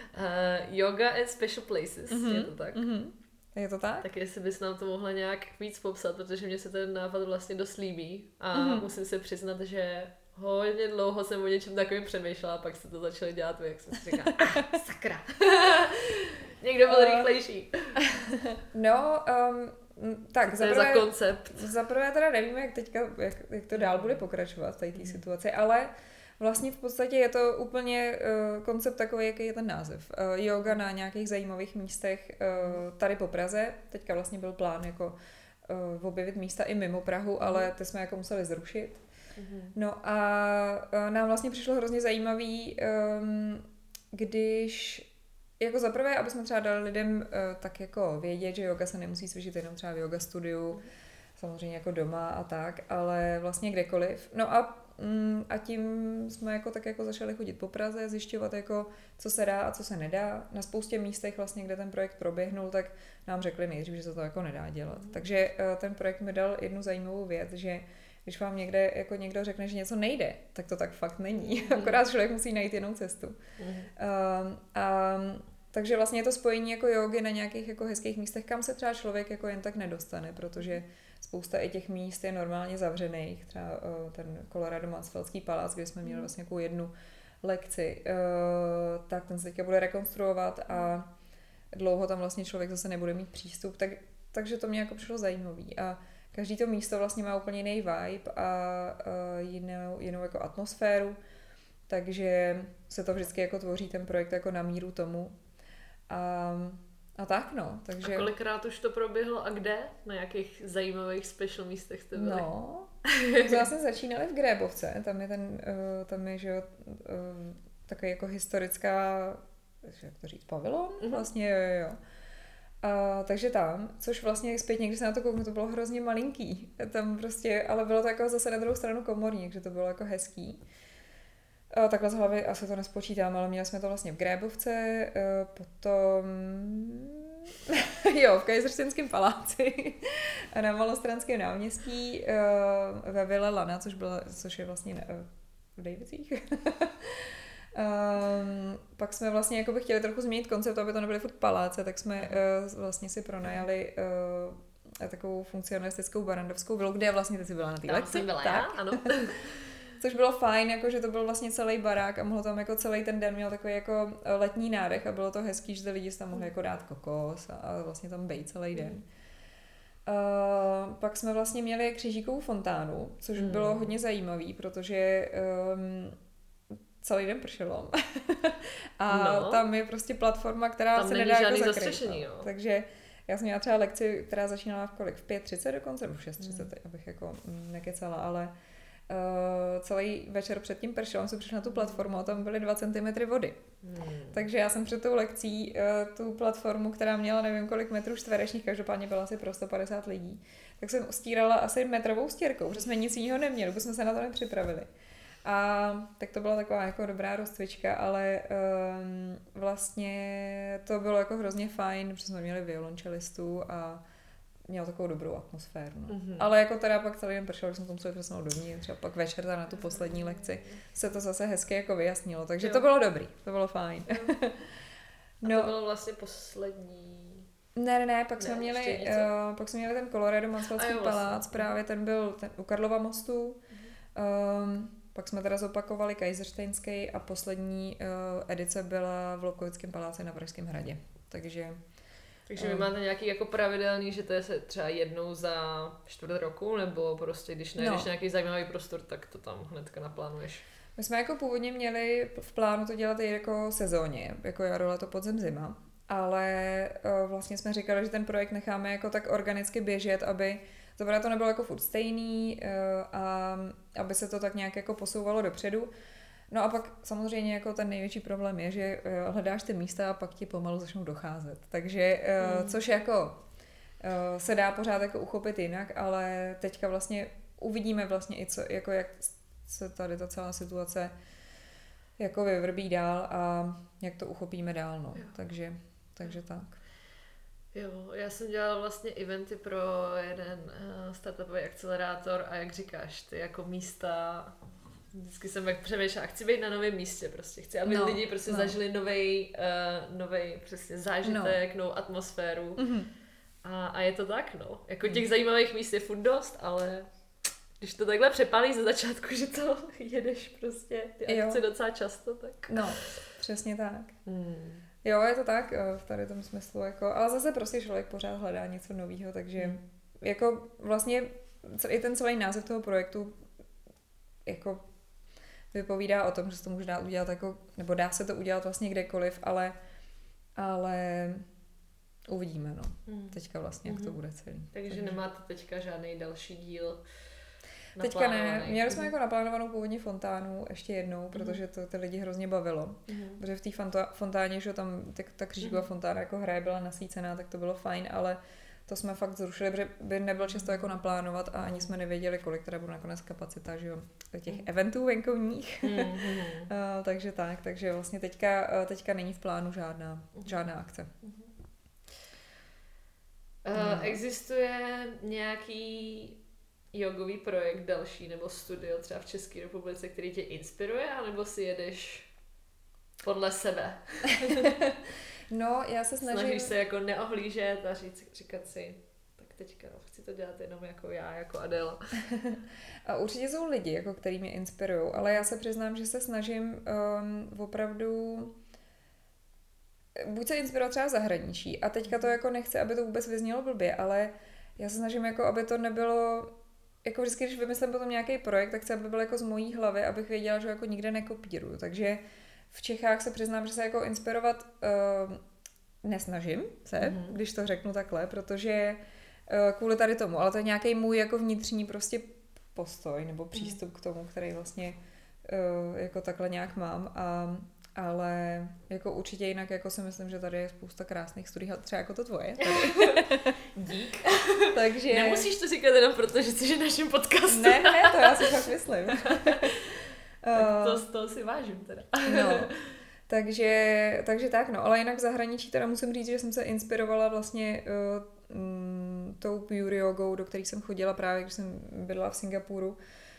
yoga and Special Places, mm-hmm. je to tak? Mm-hmm. Je to tak? Tak jestli bys nám to mohla nějak víc popsat, protože mě se ten nápad vlastně dost líbí a mm-hmm. musím se přiznat, že hodně dlouho jsem o něčem takovým přemýšlela, pak se to začali dělat vy, jak jsem si říkala, ah, sakra, někdo byl uh, rychlejší. No, um, tak co je za koncept? Zaprvé teda nevíme, jak teďka, jak, jak to dál bude pokračovat v té mm. situaci, ale vlastně v podstatě je to úplně uh, koncept takový, jaký je ten název. Uh, yoga na nějakých zajímavých místech uh, tady po Praze. Teďka vlastně byl plán jako uh, objevit místa i mimo Prahu, mm. ale ty jsme jako museli zrušit. Mm. No a uh, nám vlastně přišlo hrozně zajímavý, um, když jako zaprvé, aby jsme třeba dali lidem uh, tak jako vědět, že yoga se nemusí cvičit jenom třeba v yoga studiu, mm. samozřejmě jako doma a tak, ale vlastně kdekoliv. No a a tím jsme jako tak jako začali chodit po Praze, zjišťovat jako, co se dá a co se nedá. Na spoustě místech vlastně, kde ten projekt proběhnul, tak nám řekli nejdřív, že se to jako nedá dělat. Mm. Takže ten projekt mi dal jednu zajímavou věc, že když vám někde jako někdo řekne, že něco nejde, tak to tak fakt není. Mm. Akorát člověk musí najít jinou cestu. Mm. Um, a takže vlastně je to spojení jako jogy na nějakých jako hezkých místech, kam se třeba člověk jako jen tak nedostane, protože spousta i těch míst je normálně zavřených. Třeba uh, ten Colorado Mansfeldský palác, kde jsme měli vlastně jako jednu lekci, uh, tak ten se teďka bude rekonstruovat a dlouho tam vlastně člověk zase nebude mít přístup, tak, takže to mě jako přišlo zajímavý. A každý to místo vlastně má úplně jiný vibe a uh, jinou, jinou jako atmosféru, takže se to vždycky jako tvoří ten projekt jako na míru tomu. A, a tak no. Takže... A kolikrát už to proběhlo a kde? Na jakých zajímavých special místech jste byli? No, vlastně začínali v Grébovce, tam je ten, uh, tam je, že jo, uh, takový jako historická, jak to říct, pavilon, mm-hmm. vlastně jo, jo, jo. A, takže tam, což vlastně zpětně, když se na to kouknu, to bylo hrozně malinký. Tam prostě, ale bylo to jako zase na druhou stranu komorní, takže to bylo jako hezký. A, takhle z hlavy asi to nespočítám, ale měli jsme to vlastně v Grébovce, potom jo, v Kaiserštejnském paláci a na Malostranském náměstí ve Vile Lana, což, byla, což je vlastně v Dejvicích. Um, pak jsme vlastně jako by chtěli trochu změnit koncept, aby to nebyly furt paláce, tak jsme uh, vlastně si pronajali uh, takovou funkcionalistickou barandovskou vilu, kde vlastně ty jsi byla na té lekci. Jsem byla tak? já, ano. Což bylo fajn, jako že to byl vlastně celý barák a mohlo tam jako celý ten den měl takový jako letní nádech a bylo to hezký, že ty lidi si tam mohli jako dát kokos a, a vlastně tam bejt celý den. Mm. Uh, pak jsme vlastně měli křížíkovou fontánu, což mm. bylo hodně zajímavý, protože um, celý den pršelo. A no. tam je prostě platforma, která tam se nedá jako zakrýt. No. Takže já jsem měla třeba lekci, která začínala v kolik? V pět třicet dokonce, nebo v šest třicet, mm. abych jako nekecala, ale uh, celý večer před tím pršelo, jsem přišla na tu platformu a tam byly dva centimetry vody. Mm. Takže já jsem před tou lekcí uh, tu platformu, která měla nevím kolik metrů čtverečních, každopádně byla asi pro sto padesát lidí, tak jsem stírala asi metrovou stěrkou, protože jsme nic jiného neměli, protože jsme se na to nepřipravili. A tak to byla taková jako dobrá rozcvička, ale um, vlastně to bylo jako hrozně fajn, protože jsme měli violončelistu a měl takovou dobrou atmosféru. No. Mm-hmm. Ale jako teda pak celý den pršel, že jsem to musela přesnout dovnitř a pak večer na tu poslední lekci se to zase hezky jako vyjasnilo, takže jo. To bylo dobrý, to bylo fajn. No. A to bylo vlastně poslední... Ne, ne, ne, pak, ne, jsme měli, uh, pak jsme měli ten Colorado Mansfeldský vlastně. palác, právě ten byl ten, u Karlova mostu. Mm-hmm. Um, Pak jsme teda zopakovali Kaiserštejnský a poslední uh, edice byla v Lobkovickém paláci na Pražském hradě. Takže... Takže vy um, máte nějaký jako pravidelný, že to je třeba jednou za čtvrt roku, nebo prostě když najdeš no. nějaký zajímavý prostor, tak to tam hnedka naplánuješ? My jsme jako původně měli v plánu to dělat i jako sezóně, jako jaro, leto, podzim, zima. Ale uh, vlastně jsme říkali, že ten projekt necháme jako tak organicky běžet, aby Dobrá, to nebylo jako furt stejný a aby se to tak nějak jako posouvalo dopředu. No a pak samozřejmě jako ten největší problém je, že hledáš ty místa a pak ti pomalu začnou docházet. Takže, mm. což jako se dá pořád jako uchopit jinak, ale teďka vlastně uvidíme vlastně i co, jako jak se tady ta celá situace jako vyvrbí dál a jak to uchopíme dál, no. Takže, takže tak. Jo, já jsem dělala vlastně eventy pro jeden uh, startupový akcelerátor a jak říkáš, ty jako místa, vždycky jsem jak přemýšlela, chci být na novém místě prostě, chci, aby no, lidi prostě no. zažili novej, uh, novej přesně zážitek, no. novou atmosféru mm-hmm. a, a je to tak, no, jako těch mm. zajímavých míst je furt dost, ale když to takhle přepálíš ze začátku, že to jedeš prostě ty akce jo. docela často, tak... No, přesně tak. Mm. Jo, je to tak, v tady tom smyslu, jako, ale zase prostě člověk pořád hledá něco nového, takže hmm. jako vlastně i ten celý název toho projektu jako vypovídá o tom, že se to může dát udělat jako, nebo dá se to udělat vlastně kdekoliv, ale, ale uvidíme, no, hmm. teďka vlastně, jak hmm. to bude celý. Takže, takže nemáte teďka žádný další díl? Teďka ne, měli jsme jako naplánovanou původně fontánu ještě jednou, protože to ty lidi hrozně bavilo. Mm. Protože v té fontáně, že tam ta křížková mm. fontána jako hraje byla nasvícená, tak to bylo fajn, ale to jsme fakt zrušili, protože by nebylo často jako naplánovat a ani jsme nevěděli, kolik teda bude nakonec kapacita, že jo, těch mm. eventů venkovních. Mm. uh, takže tak, takže vlastně teďka, teďka není v plánu žádná, žádná akce. Mm. Uh, existuje nějaký jogový projekt další nebo studio třeba v České republice, který tě inspiruje, anebo si jedeš podle sebe? No, já se snažím... Snažíš se jako neohlížet a říct, říkat si, tak teďka chci to dělat jenom jako já, jako Adéla. A určitě jsou lidi, jako který mě inspirují, ale já se přiznám, že se snažím um, opravdu buď se inspirovat třeba v zahraničí a teďka to jako nechci, aby to vůbec vyznělo blbě, ale já se snažím jako, aby to nebylo jako vždycky, když vymyslím potom nějaký projekt, tak chci, aby byl jako z mojí hlavy, abych věděla, že jako nikde nekopíruju. Takže v Čechách se přiznám, že se jako inspirovat uh, nesnažím se, mm-hmm. když to řeknu takhle, protože uh, kvůli tady tomu, ale to je nějaký můj jako vnitřní prostě postoj nebo přístup mm-hmm. k tomu, který vlastně uh, jako takhle nějak mám a, ale jako určitě jinak jako si myslím, že tady je spousta krásných studií, třeba jako to tvoje. Dík. Takže... Nemusíš to říkat jenom proto, že jsi v našem podcastu. Ne, ne, to já si fakt myslím. Tak to z toho si vážím teda. No. Takže, takže tak, no, ale jinak v zahraničí teda musím říct, že jsem se inspirovala vlastně uh, mm, tou pure jogou, do které jsem chodila právě, když jsem bydlela v Singapuru.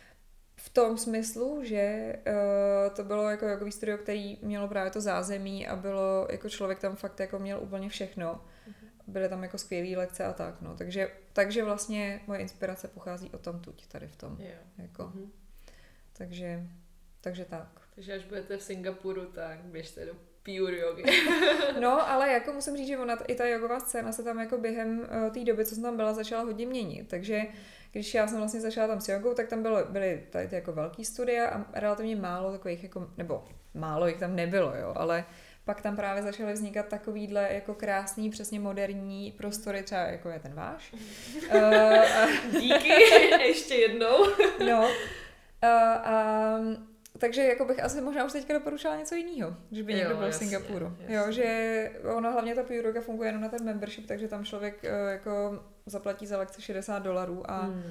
V tom smyslu, že uh, to bylo jako jogový studio, který mělo právě to zázemí a bylo, jako člověk tam fakt jako měl úplně všechno. Byly tam jako skvělý lekce a tak, no. Takže, takže vlastně moje inspirace pochází od tamtuť tady v tom. Jo. Jako. Mm-hmm. Takže, takže tak. Takže až budete v Singapuru, tak běžte do pure jogy. No, ale jako musím říct, že ona, i ta jogová scéna se tam jako během uh, té doby, co jsem tam byla, začala hodně měnit. Takže když já jsem vlastně začala tam s jogou, tak tam bylo, byly tady ty jako velký studia a relativně málo takových jako, nebo málo jich tam nebylo, jo, ale pak tam právě začaly vznikat takovýhle jako krásný, přesně moderní prostory, třeba jako je ten váš. uh, a... Díky, ještě jednou. No, uh, a takže jako bych asi možná už teďka doporučila něco jiného, že by někdo byl v Singapuru. Jasně. Jo, že ono hlavně ta pure yoga funguje jenom na ten membership, takže tam člověk uh, jako zaplatí za lekci šedesát dolarů a, hmm.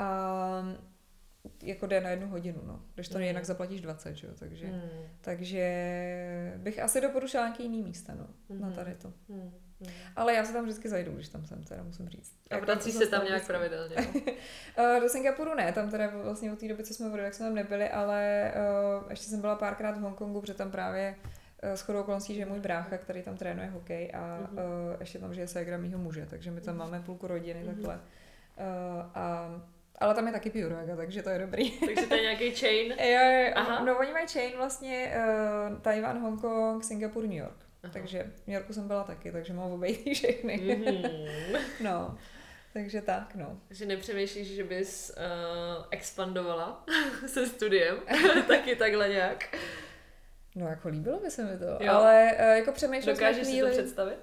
a jako jde na jednu hodinu, no. Když to hmm. jinak zaplatíš dvacet, jo, takže, hmm. takže bych asi doporučila nějaký jiný místa, no, hmm. na tady to. Hmm. Hmm. Ale já se tam vždycky zajdu, když tam jsem, teda musím říct. A vrací se tam nějak pravidelně? No? Do Singapuru ne, tam teda vlastně od té doby, co jsme byli, tak jsme tam nebyli, ale uh, ještě jsem byla párkrát v Hongkongu, protože tam právě uh, shodou okolností, že je můj brácha, který tam trénuje hokej a uh, ještě tam žije ségra mýho muže, takže my tam máme půlku rodiny mm-hmm. takhle. Uh, a ale tam je taky pure yoga, takže to je dobrý. Takže to je nějaký chain? Jo, jo, Aha. No oni mají chain vlastně uh, Tajvan, Hongkong, Singapur, New York. Aha. Takže v New Yorku jsem byla taky, takže mám obejít všechny. Mm-hmm. No, takže tak, no. Že nepřemýšlíš, že bys uh, expandovala se studiem, taky takhle nějak? No jako líbilo by se mi to, jo. ale uh, jako přemýšlela jsem Dokážeš si to představit?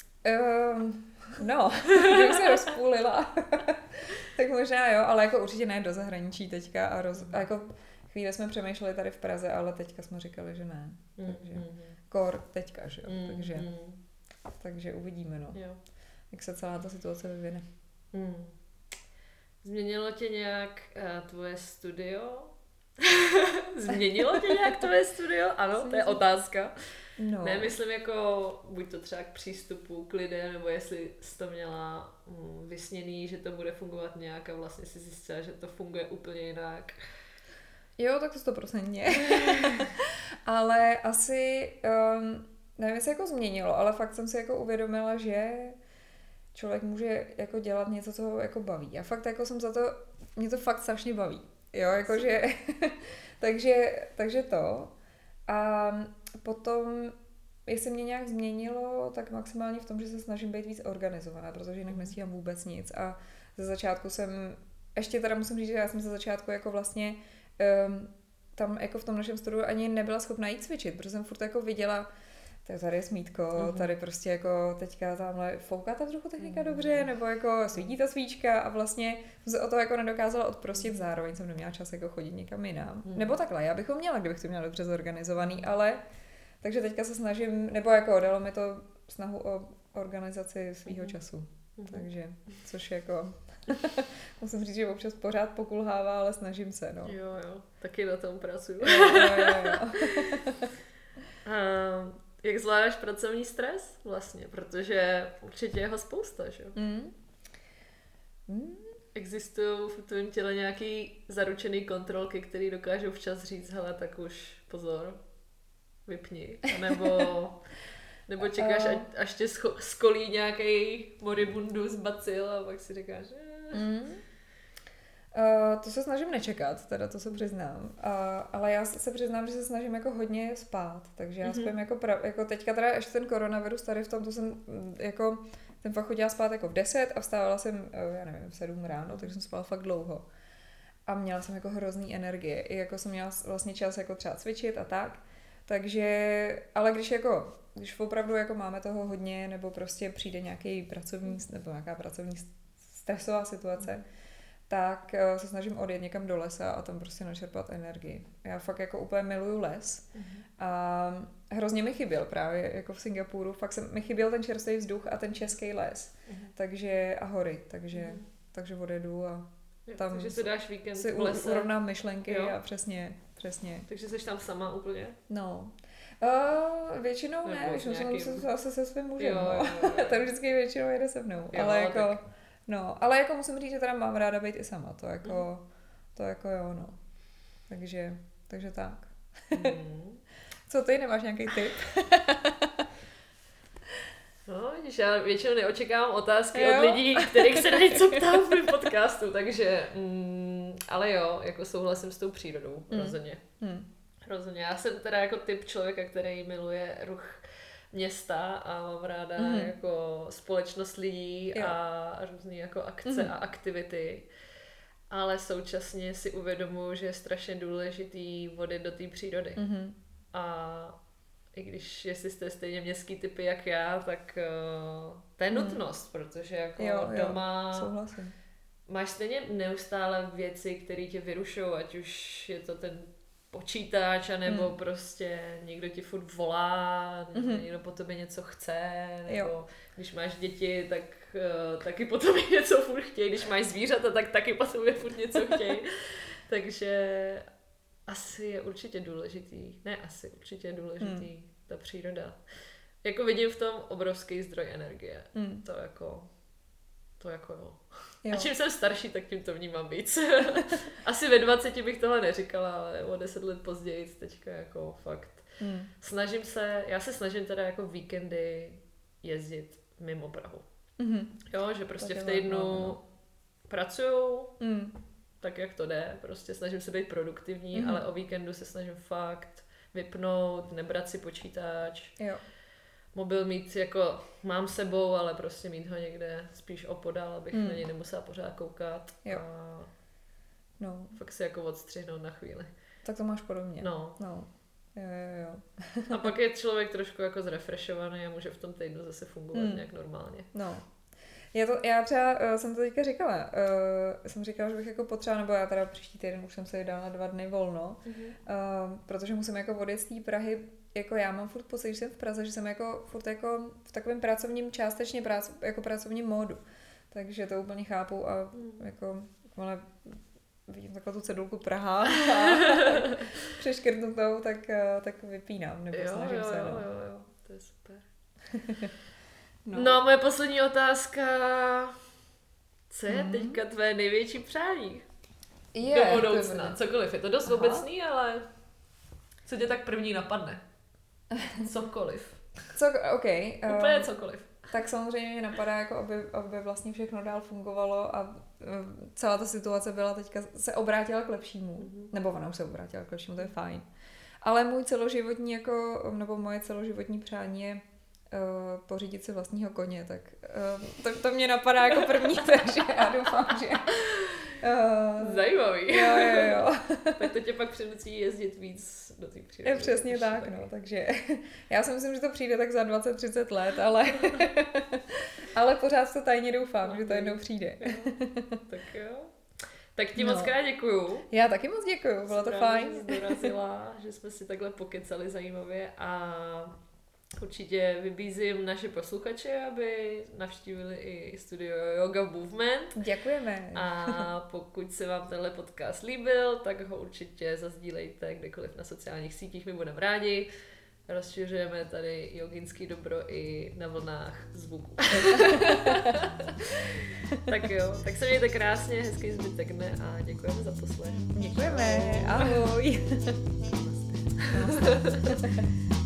Uh, no, kdybych se rozpůlila, tak možná jo, ale jako určitě ne do zahraničí teďka a, roz, a jako chvíli jsme přemýšleli tady v Praze, ale teďka jsme říkali, že ne. Takže kor teďka, že jo, mm, takže, mm. takže uvidíme, no, jo. jak se celá ta situace vyvine. Mm. Změnilo tě nějak uh, tvoje studio? Změnilo tě nějak tvoje studio? Ano, to je otázka. No. Ne, myslím jako buď to třeba k přístupu k lidem, nebo jestli jsi to měla mm, vysněný, že to bude fungovat nějak a vlastně si zjistila, že to funguje úplně jinak. Jo, tak to stoprocentně. Ale asi, um, nevím, jestli jako změnilo, ale fakt jsem si jako uvědomila, že člověk může jako dělat něco, co ho jako baví. A fakt jako jsem za to, mě to fakt strašně baví. Jo, jakože, takže, takže to. A potom, jestli mě nějak změnilo, tak maximálně v tom, že se snažím být víc organizovaná, protože jinak nestíhám vůbec nic. A ze začátku jsem, ještě teda musím říct, že já jsem ze začátku jako vlastně um, tam jako v tom našem studiu ani nebyla schopná jít cvičit, protože jsem furt jako viděla, tady je smítko, mm-hmm. tady prostě jako teďka tamhle fouká ta trochu technika mm-hmm. dobře, nebo jako svítí ta svíčka a vlastně jsem se o to jako nedokázala odprostit, zároveň jsem neměla čas jako chodit někam jinam. Mm-hmm. Nebo takhle, já bych ho měla, kdybych to měla dobře zorganizovaný, ale takže teďka se snažím, nebo jako dalo mi to snahu o organizaci svýho mm-hmm. času. Mm-hmm. Takže, což jako musím říct, že občas pořád pokulhává, ale snažím se, no. Jo, jo, taky na tom pracuju. Jo, jo, jo, jo. um, jak zvládáš pracovní stres vlastně? Protože určitě je ho spousta, že jo? Mm. Mm. Existují v tvém těle nějaký zaručený kontrolky, které dokážou včas říct, hele, tak už pozor, vypni. Nebo, nebo čekáš, uh. až tě scho- skolí nějaký moribundus bacil a pak si říkáš, eh. mm. Uh, to se snažím nečekat, teda to se přiznám, uh, ale já se přiznám, že se snažím jako hodně spát, takže já mm-hmm. spím jako, pra, jako teďka teda ještě ten koronavirus tady v tom, to jsem jako, ten fakt chodila spát jako v deset a vstávala jsem, já nevím, v sedm ráno, takže jsem spala fakt dlouho a měla jsem jako hrozný energie, i jako jsem měla vlastně čas jako třeba cvičit a tak, takže, ale když jako, když opravdu jako máme toho hodně, nebo prostě přijde nějaký pracovní, nebo nějaká pracovní stresová situace, tak se snažím odjet někam do lesa a tam prostě načerpat energii. Já fakt jako úplně miluju les mm-hmm. a hrozně mi chyběl právě jako v Singapuru, fakt jsem, mi chyběl ten čerstvý vzduch a ten český les, mm-hmm. takže a hory, takže, mm-hmm. takže odjedu a tam takže si dáš víkend si v lese. urovnám myšlenky jo. a přesně, přesně. Takže jsi tam sama úplně? No. Uh, většinou Nebo ne, většinou nějakým... jsem se asi se svým mužem, jo, no. jo, jo, jo. Ten vždycky většinou jede se mnou, jo, ale jako, tak... no, ale jako musím říct, že teda mám ráda být i sama, to jako, mm. to jako jo, no. Takže, takže tak. Mm. Co ty, nemáš nějaký tip? No, vidíš, já většinou neočekávám otázky jo? od lidí, kterých se na něco ptám v mém podcastu, takže, mm, ale jo, jako souhlasím s tou přírodou, mm. rozhodně. Mm. Rozhodně. Já jsem teda jako typ člověka, který miluje ruch města a mám ráda mm. jako společnost lidí jo. a různé jako akce mm. a aktivity. Ale současně si uvědomuji, že je strašně důležitý odjet do té přírody. Mm. A i když, jestli jste stejně městský typy jak já, tak uh, to je nutnost, mm. protože jako jo, doma jo, souhlasím. Máš stejně neustále věci, které tě vyrušují, ať už je to ten počítač, anebo mm. prostě někdo ti furt volá, mm-hmm. někdo po tobě něco chce, nebo jo. když máš děti, tak uh, taky po tobě něco furt chtějí, když máš zvířata, tak taky po tobě furt něco chtějí. Takže asi je určitě důležitý, ne asi, určitě je důležitý mm. ta příroda. Jako vidím v tom obrovský zdroj energie. Mm. To jako, to jako jo. jo. A čím jsem starší, tak tím to vnímám víc. Asi ve dvaceti bych tohle neříkala, ale o deset let později teďka jako fakt. Mm. Snažím se, já se snažím teda jako víkendy jezdit mimo Prahu. Mm-hmm. Jo, že prostě v týdnu no. pracuju, mm. tak jak to jde, prostě snažím se být produktivní, mm-hmm. ale o víkendu se snažím fakt vypnout, nebrat si počítač. Jo. Mobil mít jako, mám sebou, ale prostě mít ho někde spíš opodál, abych mm. na něj nemusela pořád koukat. Jo. A no. fakt si jako odstřihnout na chvíli. Tak to máš podobně. No. no. Jo, jo, jo. A pak je člověk trošku jako zrefreshovaný a může v tom týdnu zase fungovat mm. nějak normálně. No. Já, to, já třeba uh, jsem to teďka říkala, uh, jsem říkala, že bych jako potřeba, nebo já teda příští týden už jsem se dala na dva dny volno, mm-hmm. uh, protože musím jako odjet z té Prahy, jako já mám furt pocit, že jsem v Praze, že jsem jako furt jako v takovém pracovním, částečně prác, jako pracovním módu, takže to úplně chápu a mm. jako, ale vidím takhle tu cedulku Praha a přeškrtnutou, tak, tak vypínám, nebo jo, snažím jo, se. Jo, no. jo, jo, to je super. No. no, moje poslední otázka. Co je mm. teďka tvé největší přání? Je, do budoucna. Cokoliv. Je to dost Aha. obecný, ale co tě tak první napadne? Cokoliv. Co, okay, Úplně um, cokoliv. Tak samozřejmě mě napadá, jako aby, aby vlastně všechno dál fungovalo a um, celá ta situace byla teďka, se obrátila k lepšímu. Mm-hmm. Nebo ona už se obrátila k lepšímu, to je fajn. Ale můj celoživotní, jako, nebo moje celoživotní přání je Uh, pořídit si vlastního koně, tak uh, to, to mě napadá jako první, takže já doufám, že... Uh, Zajímavý. Jo, jo, jo. Tak to tě pak přinucí jezdit víc do té přírody. Je přesně tak, taky. No, takže já si myslím, že to přijde tak za dvacet třicet let, ale, ale pořád to tajně doufám, no, že to jednou přijde. Jo. Tak jo. Tak ti no. moc krát děkuju. Já taky moc děkuju, bylo to fajn. Že jsi dorazila, že jsme si takhle pokecali zajímavě a určitě vybízím naše posluchače, aby navštívili i studio Yoga Movement. Děkujeme. A pokud se vám tenhle podcast líbil, tak ho určitě zazdílejte kdekoliv na sociálních sítích, my budeme rádi. Rozšiřujeme tady joginský dobro i na vlnách zvuku. Tak jo, tak se mějte krásně, hezký zbytek dne a děkujeme za poslech. Děkujeme, ahoj. Namaste.